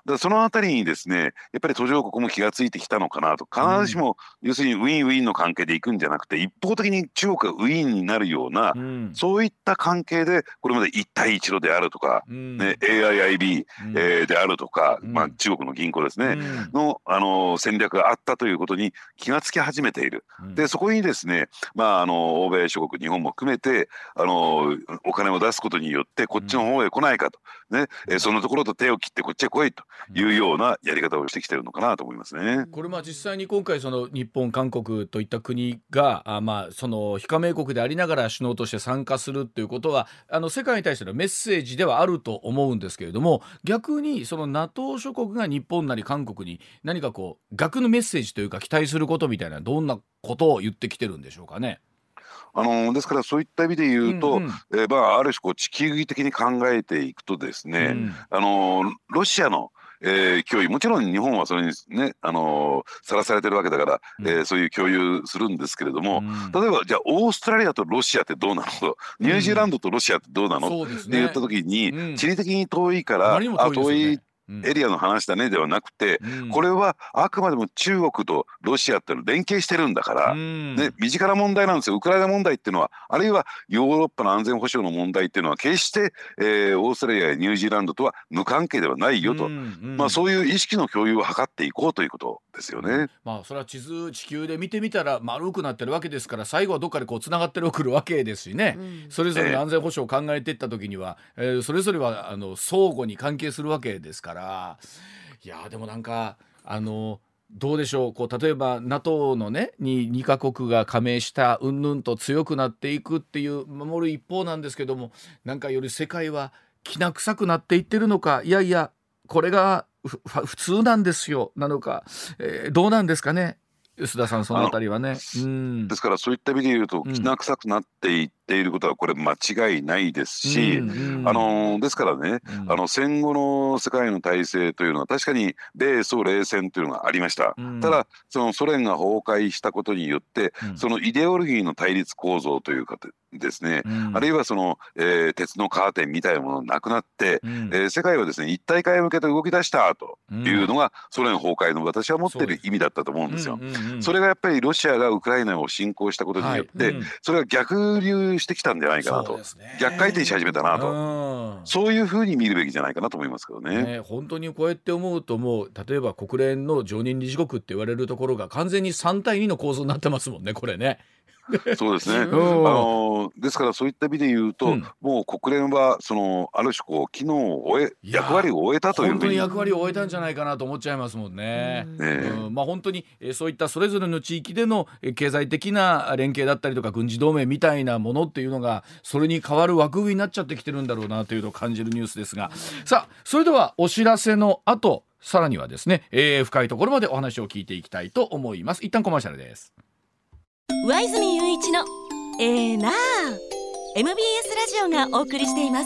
らそのあたりにですね、やっぱり途上国も気がついてきたのかなと。必ずしも要するにウィンウィンの関係でいくんじゃなくて、一方的に中国がウィンになるような、そういった関係でこれまで一帯一路であるとか、AIIB、であるとか、中国の銀行ですね、の、戦略があったということに気がつき始めている。でそこにですね、欧米諸国、日本も含めてお金を出すことによってこっちの方へ来ないかと、そのところと手を切ってこっちへ来いというようなやり方をしてきてるのかなと思いますね。 これ実際に今回その日本、韓国といった国がその非加盟国でありながら首脳として参加するっていうことは世界に対してのメッセージではあると思うんですけれども、逆にその NATO 諸国が日本なり韓国に何か逆のメッセージというか期待することみたいな、どんなことを言ってきてるんでしょうかね。 ですからそういった意味で言うと、ある種地球儀的に考えていくとですね、ロシアの脅威、もちろん日本はそれにねさらされてるわけだから、そういう共有するんですけれども、例えばじゃあオーストラリアとロシアってどうなのと、ニュージーランドとロシアってどうなの、って言った時に、地理的に遠いから遠いエリアの話だねではなくて、これはあくまでも中国とロシアっていうの連携してるんだから、身近な問題なんですよ。ウクライナ問題っていうのは、あるいはヨーロッパの安全保障の問題っていうのは決して、オーストラリアやニュージーランドとは無関係ではないよと、そういう意識の共有を図っていこうということですよね。 それは地球で見てみたら丸くなってるわけですから、最後はどっかでつながってくるわけですしね、それぞれの安全保障を考えていった時には、それぞれは相互に関係するわけですから。いやでもなんかどうでしょう、例えば NATO のねに2カ国が加盟したうんぬんと強くなっていくっていう守る一方なんですけども、なんかより世界はきな臭くなっていってるのか、いやいやこれが普通なんですよなのか、どうなんですかね、臼田さん、そのあたりはね。 ですからそういった意味で言うと、きな臭くなっていっていることはこれ間違いないですし、ですからね、戦後の世界の体制というのは確かに米ソ冷戦というのがありました。ただそのソ連が崩壊したことによって、そのイデオロギーの対立構造というかですね、あるいはその、鉄のカーテンみたいなものがなくなって、世界はですね一体化へ向けて動き出したというのが、ソ連崩壊の私は持っている意味だったと思うんですよ。それがやっぱりロシアがウクライナを侵攻したことによって、それが逆流してきたんじゃないかなと、逆回転し始めたなと、そういうふうに見るべきじゃないかなと思いますけどね。 本当にこうやって思うと、もう例えば国連の常任理事国って言われるところが完全に3対2の構造になってますもんね、これね。 そうですね。ですからそういった意味で言うと、もう国連はそのある種機能を役割を終えたというふうに、 本当に役割を終えたんじゃないかなと思っちゃいますもんね。本当にそういったそれぞれの地域での経済的な連携だったりとか軍事同盟みたいなものっていうのが、それに代わる枠組みになっちゃってきてるんだろうなというのを感じるニュースですが、さあそれではお知らせの後、さらにはですね、深いところまでお話を聞いていきたいと思います。一旦コマーシャルです。 上泉雄一のなあ MBS ラジオがお送りしています。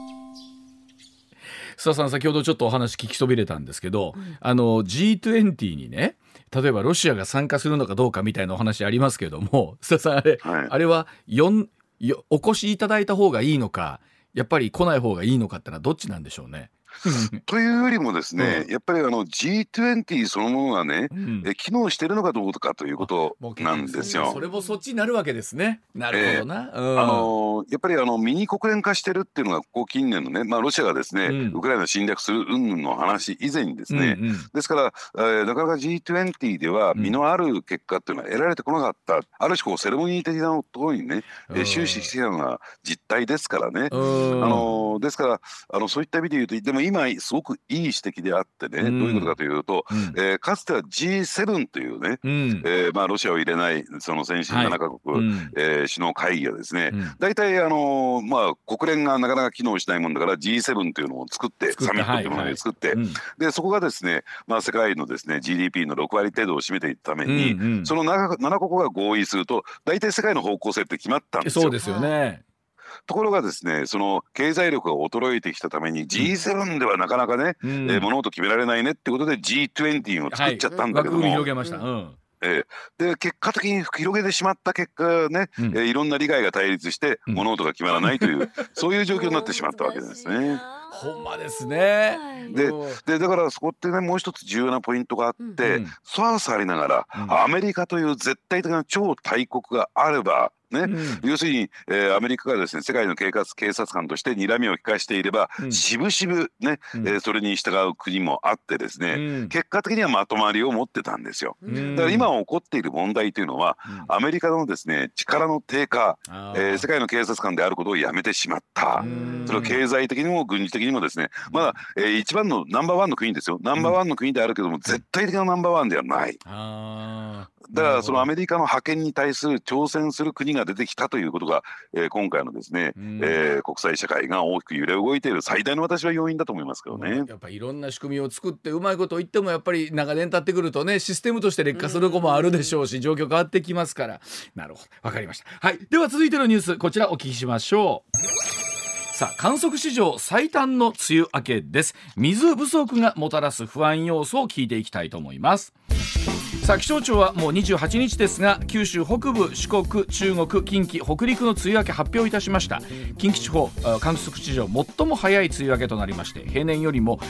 須田さん、先ほどちょっとお話聞きそびれたんですけど、G20 にね、例えばロシアが参加するのかどうかみたいなお話ありますけれども、須田さんあれはお越しいただいた方がいいのか、やっぱり来ない方がいいのかってのはどっちなんでしょうね。 というよりもですね、やっぱりG20 そのものがね、機能してるのかどうかということなんですよ。 それもそっちになるわけですね。なるほどな。 やっぱりミニ国連化してるっていうのがここ近年のね、ロシアがですね、ウクライナを侵略する云々の話以前にですね、ですから、なかなか G20 では実のある結果っていうのは得られてこなかった、ある種セレモニー的なところにね、終始してきたのが実態ですからね。ですからそういった意味で言うと、でも今すごくいい指摘であってね、どういうことかというと、かつては G7 というね、ロシアを入れないその先進7カ国、首脳会議がですね、大体国連がなかなか機能しないもんだから G7 というのを作って、サミットというものを作って、でそこがですね、世界のですね GDP の6割程度を占めていくために、その7カ国が合意すると大体世界の方向性って決まったんですよ。 そうですよね。 ところがですね、その経済力が衰えてきたために G7 ではなかなかね、物事決められないねってことで G20 を作っちゃったんだけども、 枠組み広げました。 で結果的に広げてしまった結果ね、いろんな利害が対立して物事が決まらないという、そういう状況になってしまったわけですね。 ほんまですね。 でだからそこってね、もう一つ重要なポイントがあって、そわそわありながら、アメリカという絶対的な超大国があればね、要するに、アメリカがですね、世界の警察官として睨みを利かしていれば、しぶしぶね、それに従う国もあってですね、結果的にはまとまりを持ってたんですよ。だから今起こっている問題というのは、アメリカのですね、力の低下、世界の警察官であることをやめてしまった。それは経済的にも軍事的にもですね、まだ、一番のナンバーワンの国ですよ。ナンバーワンの国であるけども、絶対的なナンバーワンではない。だからそのアメリカの覇権に対する挑戦する国が出てきたということが、今回のですね、国際社会が大きく揺れ動いている最大の私は要因だと思いますけどね。 やっぱりいろんな仕組みを作ってうまいこと言ってもやっぱり長年経ってくるとね、システムとして劣化する子もあるでしょうし、状況変わってきますから。なるほど、わかりました。はい、では続いてのニュース、こちらお聞きしましょう。さあ、観測史上最短の梅雨明けです。水不足がもたらす不安要素を聞いていきたいと思います。さあ、気象庁はもう28日ですが、九州北部、四国、中国、近畿、北陸の梅雨明け発表いたしました。近畿地方、観測史上最も早い梅雨明けとなりまして、平年よりも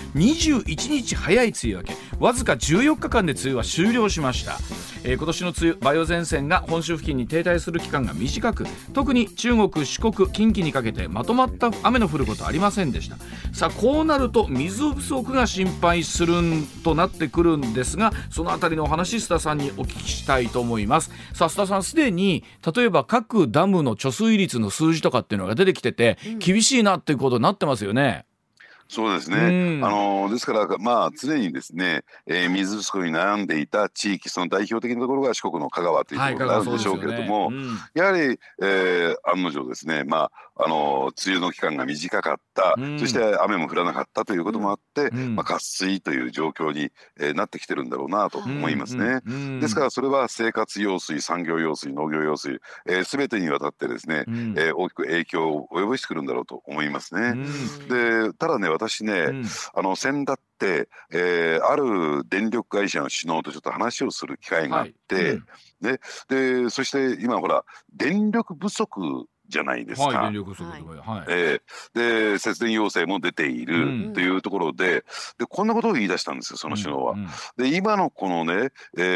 21日早い梅雨明け、わずか14日間で梅雨は終了しました。今年の梅雨、梅雨前線が本州付近に停滞する期間が短く、特に中国、四国、近畿にかけてまとまった雨の降ることありませんでした。さあ、こうなると水不足が心配するとなってくるんですが、そのあたりのお話、須田さんにお聞きしたいと思います。さあ、須田さん、すでに例えば各ダムの貯水率の数字とかっていうのが出てきてて、厳しいなっていうことになってますよね。 そうですね、ですからまあ常にですね、水不足に悩んでいた地域、その代表的なところが四国の香川というところがあるんでしょうけれども、やはり、案の定ですね、梅雨の期間が短かった、そして雨も降らなかったということもあって、渇水という状況に、なってきてるんだろうなと思いますね。ですからそれは生活用水、産業用水、農業用水、全てにわたってですね、大きく影響を及ぼしてくるんだろうと思いますね。でただね、私ね、先だって、ある電力会社の首脳とちょっと話をする機会があって、でそして今ほら電力不足じゃないですか。電力不足で節電要請も出ているというところで、こんなことを言い出したんですよ、その首脳は。で今のこのね、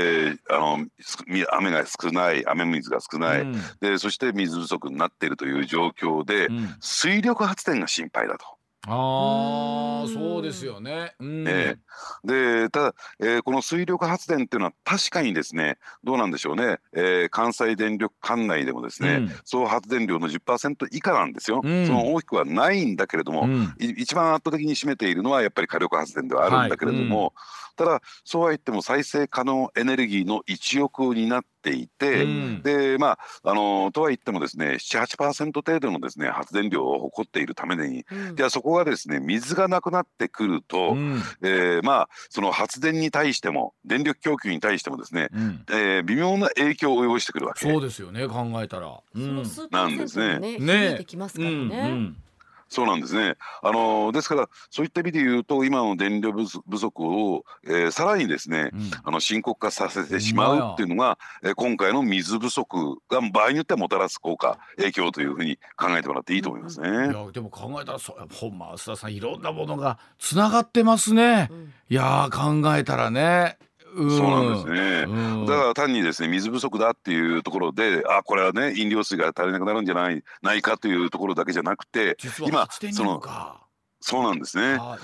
雨が少ない、雨水が少ない、でそして水不足になっているという状況で、水力発電が心配だと。 そうですよね。 でただ、この水力発電っていうのは確かにですね、どうなんでしょうね、関西電力管内でもですね、総発電量の 10% 以下なんですよ。その大きくはないんだけれども、一番圧倒的に占めているのはやっぱり火力発電ではあるんだけれども、ただそうは言っても再生可能エネルギーの一翼を担っていて、でとは言ってもですね 7-8% 程度のですね発電量を誇っているために、じゃあそこがですね水がなくなってくると、その発電に対しても電力供給に対してもですね、微妙な影響を及ぼしてくるわけ。 そうですよね、考えたら。 なんですね。 響いてきますからね。 そうなんですね。ですからそういった意味で言うと今の電力不足を、さらにですね、深刻化させてしまうっていうのが、今回の水不足が場合によってはもたらす効果、影響というふうに考えてもらっていいと思いますね。 いやでも考えたらほんま須田さん、いろんなものがつながってますね。いや考えたらね。 そうなんですね。だから単にですね水不足だっていうところで、これはね飲料水が足りなくなるんじゃないかというところだけじゃなくて、今そうなんですね。では、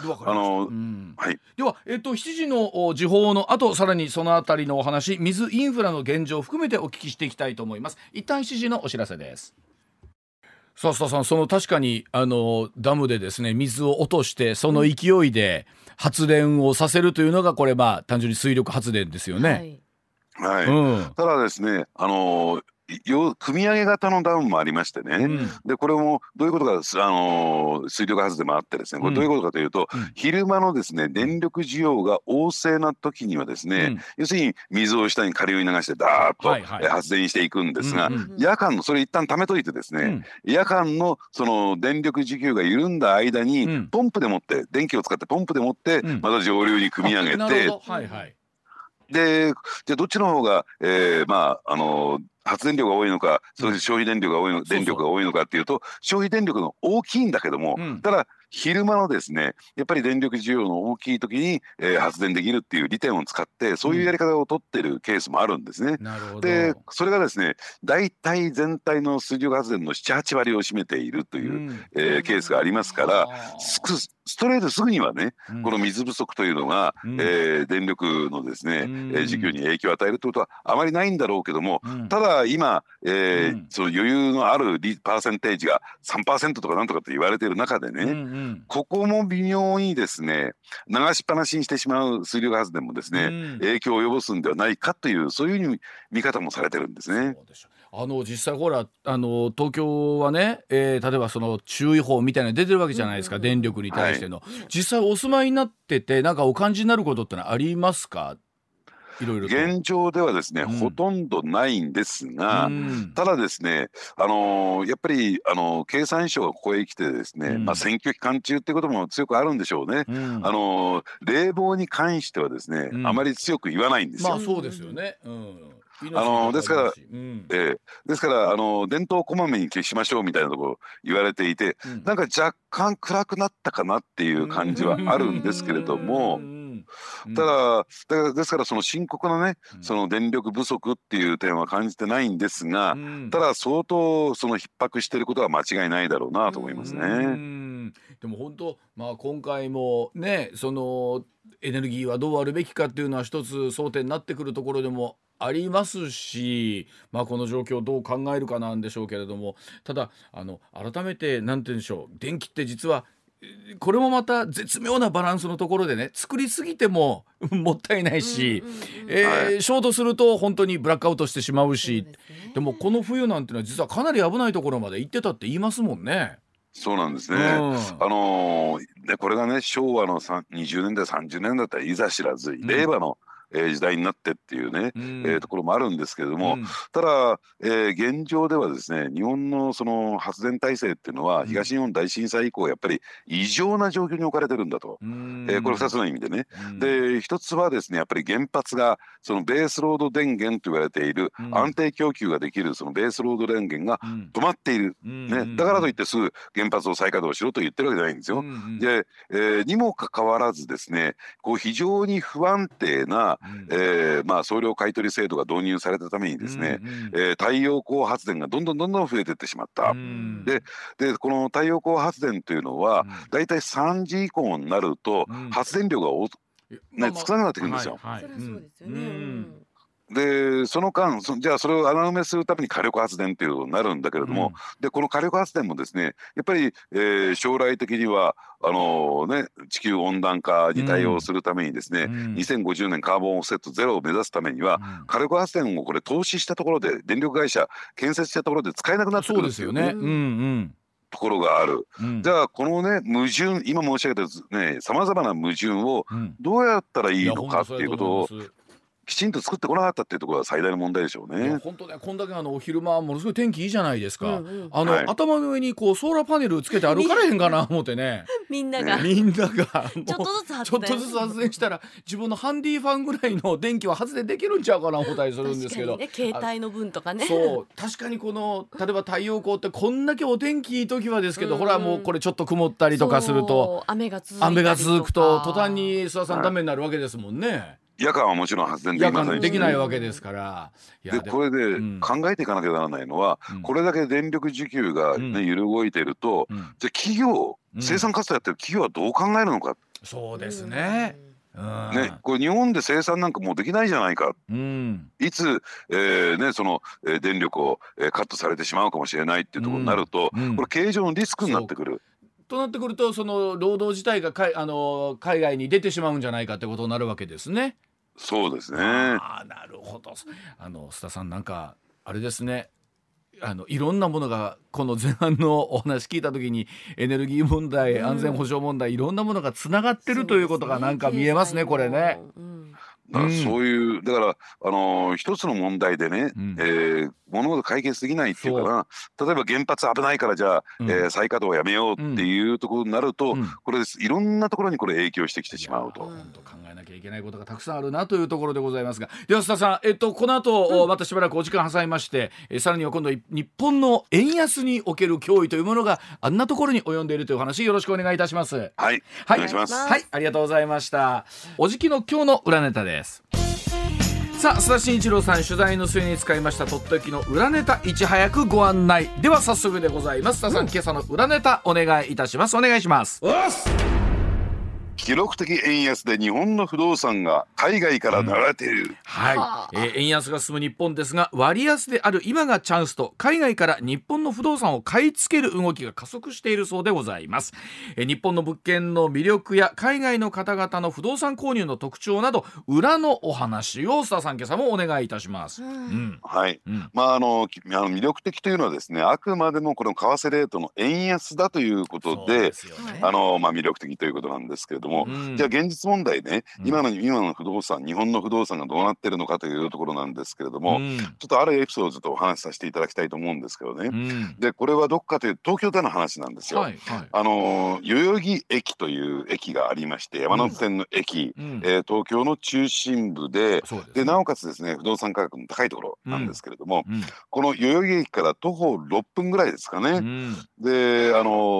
7時の時報の後、さらにそのあたりのお話、水インフラの現状を含めてお聞きしていきたいと思います。一旦7時のお知らせです。さあ須田さん、その確かにダムでですね水を落としてその勢いで発電をさせるというのが、これ単純に水力発電ですよね。 ただですね組み上げ型のダムもありましてね、でこれもどういうことか、水力発電もあってですね、これどういうことかというと、昼間のですね電力需要が旺盛な時にはですね、要するに水を下に下流に流してダーッと発電していくんですが、夜間のそれ一旦貯めといてですね、夜間のその電力需給が緩んだ間に、ポンプでもって電気を使ってポンプでもってまた上流に組み上げてで、じゃあどっちの方が、発電量が多いのか、それで消費電力が多いの、電力が多いのかっていうと、消費電力の大きいんだけども、ただ昼間のですね、やっぱり電力需要の大きい時に、発電できるっていう利点を使って、そういうやり方を取ってるケースもあるんですね。で、それがですね、大体全体の水力発電の7、8割を占めているという、ケースがありますから、ストレートすぐにはね、この水不足というのが、電力のですね、需給に影響を与えるということはあまりないんだろうけども、ただ今、その余裕のあるパーセンテージが 3% とかなんとかって言われている中でね、ここも微妙にですね、流しっぱなしにしてしまう水力発電もですね、影響を及ぼすんではないかという、そういう見方もされてるんですね。 実際ほら東京はね、例えばその注意報みたいなの出てるわけじゃないですか、電力に対しての、実際お住まいになっててなんかお感じになることってのはありますか？いろいろと現状ではですね、ほとんどないんですが、ただですね、やっぱり経産省がここへ来てですね、選挙期間中っていうことも強くあるんでしょうね。冷房に関してはですね、あまり強く言わないんですよ。 そうですよね。 ですから、電灯をこまめに消しましょうみたいなところ言われていて、なんか若干暗くなったかなっていう感じはあるんですけれども、ですからその深刻なね、その電力不足っていう点は感じてないんですが、ただ相当その逼迫していることは間違いないだろうなと思いますね。 でも本当、今回もね、そのエネルギーはどうあるべきかっていうのは一つ争点になってくるところでもありますし、この状況をどう考えるかなんでしょうけれども、ただ改めてなんて言うんでしょう、電気って実はこれもまた絶妙なバランスのところでね、作りすぎてももったいないし、ショートすると本当にブラックアウトしてしまうし、でもこの冬なんてのは実はかなり危ないところまで行ってたって言いますもんね。 そうなんですね。これがね、昭和の20年代30年代だったらいざ知らず、令和の時代になってっていうね、ところもあるんですけれども、ただ、現状ではですね、日本のその発電体制っていうのは東日本大震災以降やっぱり異常な状況に置かれてるんだと、これ2つの意味でね。で、一つはですね、やっぱり原発がそのベースロード電源と言われている安定供給ができるそのベースロード電源が止まっている、だからといってすぐ原発を再稼働しろと言ってるわけじゃないんですよ。で、にもかかわらずですね、こう非常に不安定な総量買取制度が導入されたためにですね、太陽光発電がどんどん増えていってしまった。でこの太陽光発電というのはだいたい3時以降になると発電量が少なくなってくるんですよ。でその間じゃあそれを穴埋めするために火力発電っていうことになるんだけれども、でこの火力発電もですね、やっぱり、将来的には地球温暖化に対応するためにですね、2050年カーボンオフセットゼロを目指すためには、火力発電をこれ投資したところで電力会社建設したところで使えなくなってくるんですよね。ところがある。じゃあこのね矛盾、今申し上げたねさまざまな矛盾をどうやったらいいのかっていうことをきちんと作ってこなかったっていうところが最大の問題でしょうね。 本当ね、こんだけお昼間ものすごい天気いいじゃないですか。頭の上にこうソーラーパネルつけて歩かれへんかな思ってね。 みんながちょっとずつ発電したら自分のハンディファンぐらいの電気は発電できるんちゃうかな思ったりするんですけど、 携帯の分とかね。 そう確かにこの例えば太陽光ってこんだけお天気いい時はですけど、ほらもうこれちょっと曇ったりとかすると雨が続くと途端に諏訪さんダメになるわけですもんね。 夜間はもちろん発電できませんし、 できないわけですから。 でこれで考えていかなきゃならないのは、これだけ電力需給が、揺る動いていると、じゃあ企業、生産活動やってる企業はどう考えるのか。 そうですね。 これ日本で生産なんかもうできないじゃないか、いつ、その、電力を、カットされてしまうかもしれないっていうところになると、これ経営上のリスクになってくる。 となってくるとその労働自体が海外に出てしまうんじゃないかってことになるわけですね。 そうですね。 なるほど。須田さんなんかあれですね、いろんなものがこの前半のお話聞いた時にエネルギー問題、安全保障問題、いろんなものがつながってるということがなんか見えますね、これね。 そういうだから一つの問題でね、物事解決できないっていうかな、例えば原発危ないからじゃあ、再稼働をやめようっていうところになると、これいろんなところにこれ影響してきてしまうと。 本当考えなきゃいいけないことがたくさんあるなというところでございますが、では須田さん、この後、またしばらくお時間挟みまして、さらには今度日本の円安における脅威というものがあんなところに及んでいるというお話、よろしくお願いいたします。 はい、 はい、 お願いします。 はい、ありがとうございました。おじきの今日の裏ネタです。さあ、須田慎一郎さん取材の末に使いましたとっておきの裏ネタ、いち早くご案内では早速でございます。須田さん、今朝の裏ネタお願いいたします。お願いします。 記録的円安で日本の不動産が海外から流れている、 はい、円安が進む日本ですが、割安である今がチャンスと海外から日本の不動産を買い付ける動きが加速しているそうでございます。日本の物件の魅力や海外の方々の不動産購入の特徴など裏のお話を須田さん、今朝もお願いいたします。 はい、魅力的というのはですね、あくまでもこの為替レートの円安だということで、魅力的ということなんですけれども、じゃあ現実問題ね、今の不動産、日本の不動産がどうなってるのかというところなんですけれども、ちょっとあるエピソードとお話しさせていただきたいと思うんですけどね、でこれはどっかというと東京での話なんですよ。代々木駅という駅がありまして、山手線の駅、東京の中心部で、なおかつですね、不動産価格の高いところなんですけれども、この代々木駅から徒歩6分ぐらいですかね、で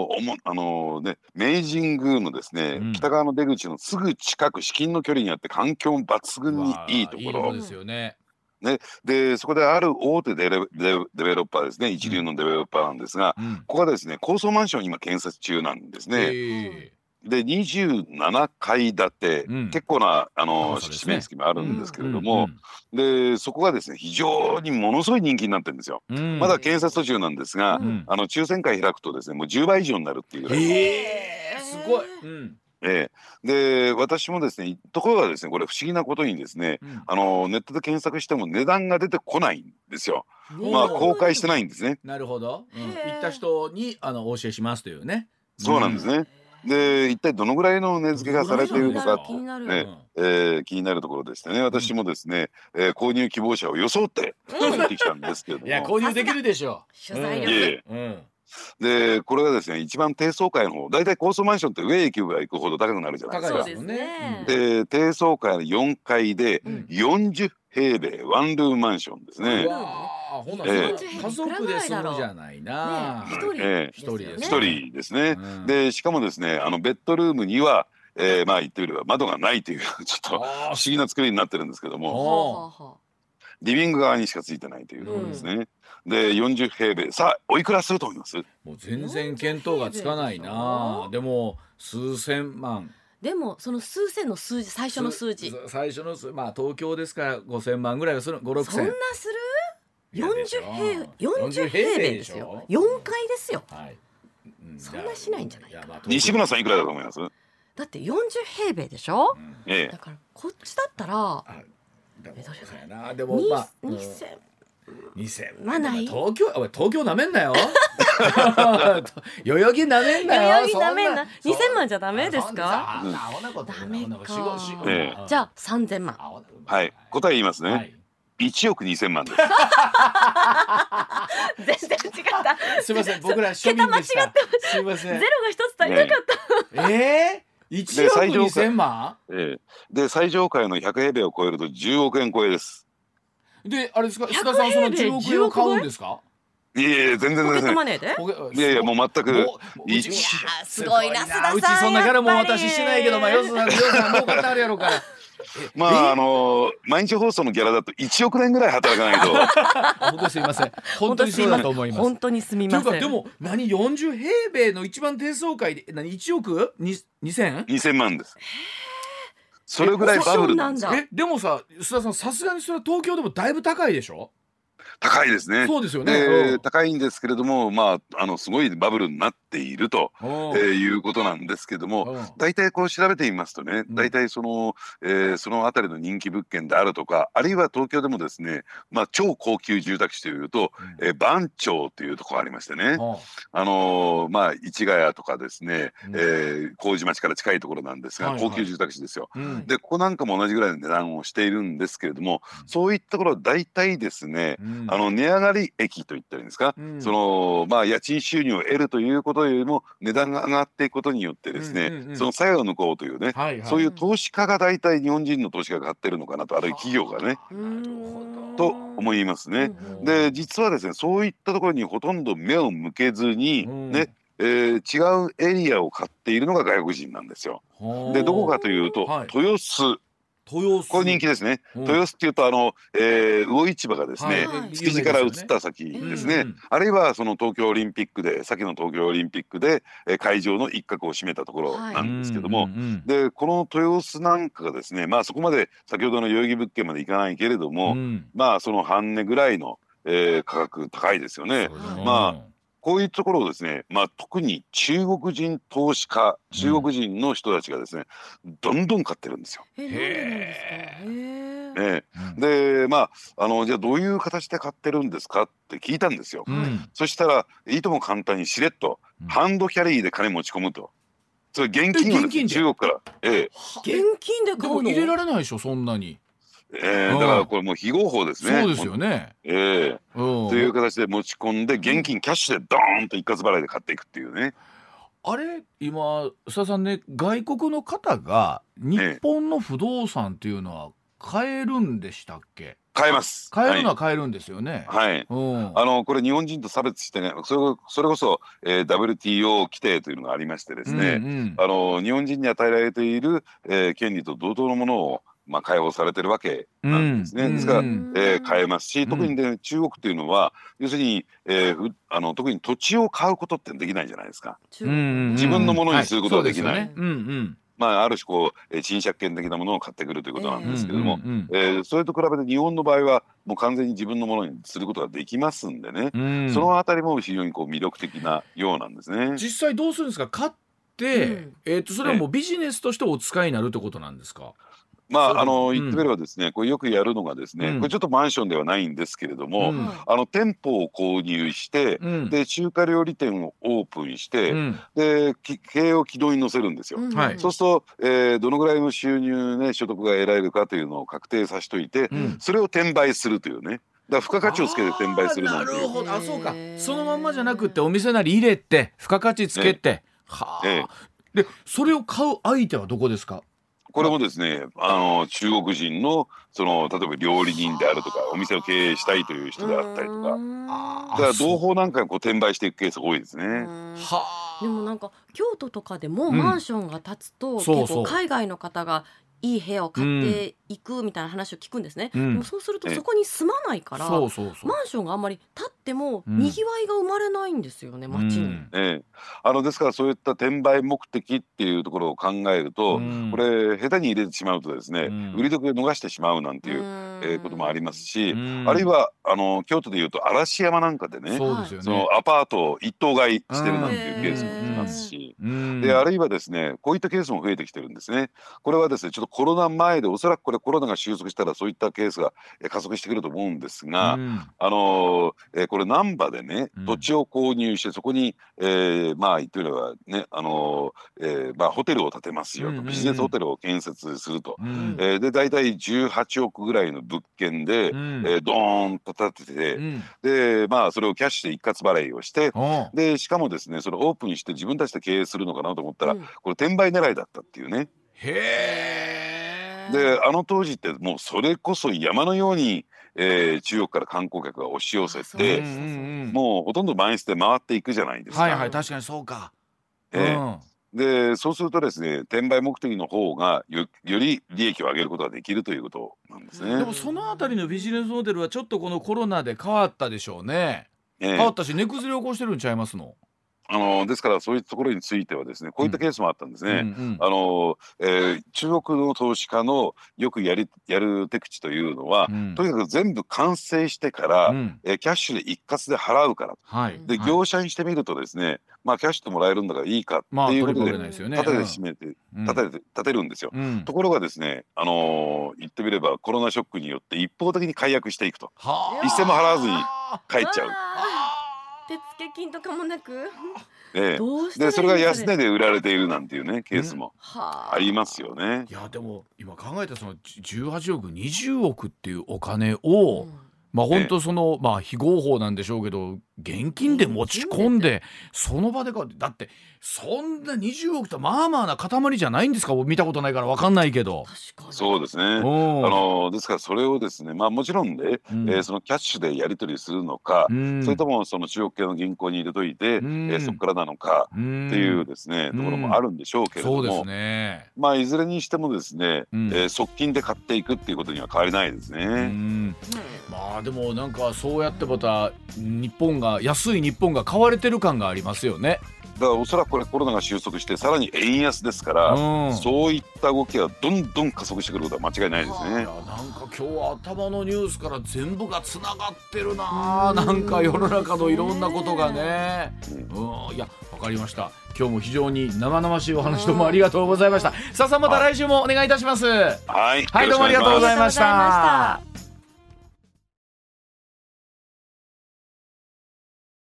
明治神宮のですね、北側の出口のすぐ近く、至近の距離にあって環境抜群にいいところですよね。 でそこである大手デベロッパーですね、一流のデベロッパーなんですが、ここがですね、高層マンション今建設中なんですね。で27階建て、結構な敷地面積もあるんですけれども、でそこがですね、非常にものすごい人気になってるんですよ。まだ建設途中なんですが、抽選会開くとですね、もう10倍以上になるっていうぐらい。 すごい。 で私もですね、ところがですね、これ不思議なことにですね、ネットで検索しても値段が出てこないんですよ。公開してないんですね。 なるほど、行った人にお教えしますというね。 そうなんですね。で一体どのぐらいの値付けがされているのか気になるところでしてね、私もですね、購入希望者を装って行ってきたんですけれども、 いや購入できるでしょう。 取材力。 でこれがですね、一番低層階の方、だいたい高層マンションって上へ行けば行くほど高くなるじゃないですか。で低層階の4階で40平米ワンルームマンションですね。 家族で住むじゃないな。一人ですね。でしかもですね、ベッドルームには言ってみれば窓がないというちょっと不思議な作りになってるんですけども、リビング側にしかついてないというところですね。で40平米、さあおいくらすると思います？ もう全然見当がつかないな。でも数千万。 でもその数千の数字、最初の数字、 東京ですから5000万ぐらいはする。5、6千。 そんなする？40平米ですよ。4階ですよ。そんなしないんじゃないか。 西村さんいくらだと思います？ だって40平米でしょ。だからこっちだったらでも2000 まあない。 東京なめんなよ。代々木なめんなよ。 代々木なめんな。2000万じゃダメですか？ダメか。じゃあ3000万。 はい、答え言いますね。1億2000万です。 全然違った。 すみません、僕ら庶民でした。すみません。 ゼロが一つ足りなかった。 1億2000万？ で最上階の100平米を超えると10億円超えです。 であれですか、須田さんその10億円を買うんですか？ いや全然ポケットマネーで？ いやもう全く。 すごいな須田さん。 うちそんなキャラも私してないけど、よそさん儲かってあるやろうから。 毎日放送のギャラだと1億年ぐらい働かないと。 本当にすみません。本当にそうだと思います。 本当にすみません。 でも40平米の一番低層階で1億2000 万です。それぐらいバブルなんです。 でもさ、須田さん、さすがにそれは東京でもだいぶ高いでしょ？ 高いですね。 そうですよね。 高いんですけれども、すごいバブルになっているということなんですけども、大体こう調べてみますとね、大体そのあたりの人気物件であるとか、あるいは東京でもですね、超高級住宅地というと、番町というところがありましてね、市ヶ谷とかですね、麹町から近いところなんですが、高級住宅地ですよ。でここなんかも同じぐらいの値段をしているんですけれども、そういったところは大体ですね、値上がり益といったらいいんですか、家賃収入を得るということことよりも値段が上がっていくことによってですね、その作用を抜こうというね、そういう投資家が大体日本人の投資家が買ってるのかなと、あるいは企業がね、と思いますね。で実はですね、そういったところにほとんど目を向けずにね、違うエリアを買っているのが外国人なんですよ。でどこかというと、豊洲。これ人気ですね。豊洲っていうと魚市場がですね、築地から移った先ですね。あるいはその東京オリンピックで、先の東京オリンピックで会場の一角を占めたところなんですけども、でこの豊洲なんかがですね、まあそこまで先ほどの代々木物件までいかないけれども、まあその半値ぐらいの価格高いですよね。まあこういうところをですね、まあ、特に中国人投資家、中国人の人たちがですね、どんどん買ってるんですよ。でまあじゃあどういう形で買ってるんですかって聞いたんですよ。そしたらいとも簡単にしれっと、ハンドキャリーで金持ち込むと。それ現金をですね、中国から。 現金で買うの？ 入れられないでしょ、そんなに。 だからこれもう非合法ですね。 そうですよね。 という形で持ち込んで、現金キャッシュでドーンと一括払いで買っていくっていうね。 あれ今須田さんね、外国の方が日本の不動産っていうのは買えるんでしたっけ？ 買えます。 買えるのは買えるんですよね。 はい。これ日本人と差別してね、それこそ、WTO 規定というのがありましてですね、日本人に与えられている、権利と同等のものをまあ解放されてるわけなんですね。ですから、買えますし、特にね、中国っていうのは要するに、特に土地を買うことってできないじゃないですか。自分のものにすることはできない。まあある種こう賃借権的なものを買ってくるということなんですけれども、それと比べて日本の場合はもう完全に自分のものにすることができますんでね、そのあたりも非常にこう魅力的なようなんですね。 実際どうするんですか？買って、それはもうビジネスとしてお使いになるってことなんですか？ まあ言ってみればですね、これよくやるのがですね、これちょっとマンションではないんですけれども、店舗を購入して、で中華料理店をオープンして、で経営を軌道に乗せるんですよ。そうすると、どのぐらいの収入ね、所得が得られるかというのを確定させといて、それを転売するというね。だから付加価値をつけて転売するなんていう。 なるほど。あ、そうか。そのまんまじゃなくてお店なり入れて付加価値つけて、でそれを買う相手はどこですか？ これもですね、中国人の例えば料理人であるとか、お店を経営したいという人であったりとか、だから同胞なんかがこう転売していくケースが多いですね。 でもなんか京都とかでもマンションが建つと、結構海外の方がいい部屋を買っていくみたいな話を聞くんですね。でもそうするとそこに住まないから、マンションがあんまり建ってもにぎわいが生まれないんですよね、街に。 ですからそういった転売目的っていうところを考えると、これ下手に入れてしまうとですね、売り時を逃してしまうなんていうこともありますし、あるいは京都でいうと嵐山なんかでね、そのアパートを一棟買いしてるなんていうケースもありますし、であるいはですね、こういったケースも増えてきてるんですね。これはですね、ちょっとコロナ前で、おそらくこれコロナが収束したらそういったケースが加速してくると思うんですが、これ難波でね、土地を購入してそこに、まあ言ってみればね、ホテルを建てますよと、ビジネスホテルを建設すると、で大体18億ぐらいの物件で、ドーンと建てて、でまあそれをキャッシュで一括払いをして、でしかもですね、それをオープンして自分たちで経営するのかなと思ったら、これ転売狙いだったっていうね。で当時ってもうそれこそ山のように、中国から観光客が押し寄せて、もうほとんど満室で回っていくじゃないですか。 確かにそうか。 でそうするとですね、転売目的の方がより利益を上げることができるということなんですね。 でもそのあたりのビジネスモデルはちょっとこのコロナで変わったでしょうね。変わったし値崩れを起こしてるんちゃいますの？ ですからそういうところについてはですね、こういったケースもあったんですね。中国の投資家のよくやる手口というのは、とにかく全部完成してから、キャッシュで一括で払うから、で業者にしてみるとですね、まあキャッシュでもらえるんだからいいかっていうことで立てるんですよ。ところがですね、言ってみればコロナショックによって一方的に解約していくと、一銭も払わずに帰っちゃう。 手付金とかもなく、 でそれが安値で売られているなんていうねケースもありますよね。 いやでも今考えたその18億20億っていうお金をまあ本当その、まあ非合法なんでしょうけど、現金で持ち込んでその場でだってそんな20億とまあまあな塊じゃないんですか。見たことないから分かんないけど。 そうですね。ですからそれをですね、まあもちろんね、そのキャッシュでやり取りするのか、それともその中国系の銀行に入れといて、そこからなのかっていうですね、ところもあるんでしょうけれども、 そうですね。 まあいずれにしてもですね、側近で買っていくっていうことには変わりないですね。 まあでもなんかそうやってまた安い日本が買われてる感がありますよね。 だからおそらくこれコロナが収束してさらに円安ですから、そういった動きがどんどん加速してくることは間違いないですね。いや、 なんか今日は頭のニュースから全部がつながってるな。なんか世の中のいろんなことがね。いや、わかりました。今日も非常に生々しいお話どうもありがとうございました。さあまた来週もお願いいたします。 はい、 どうもありがとうございました。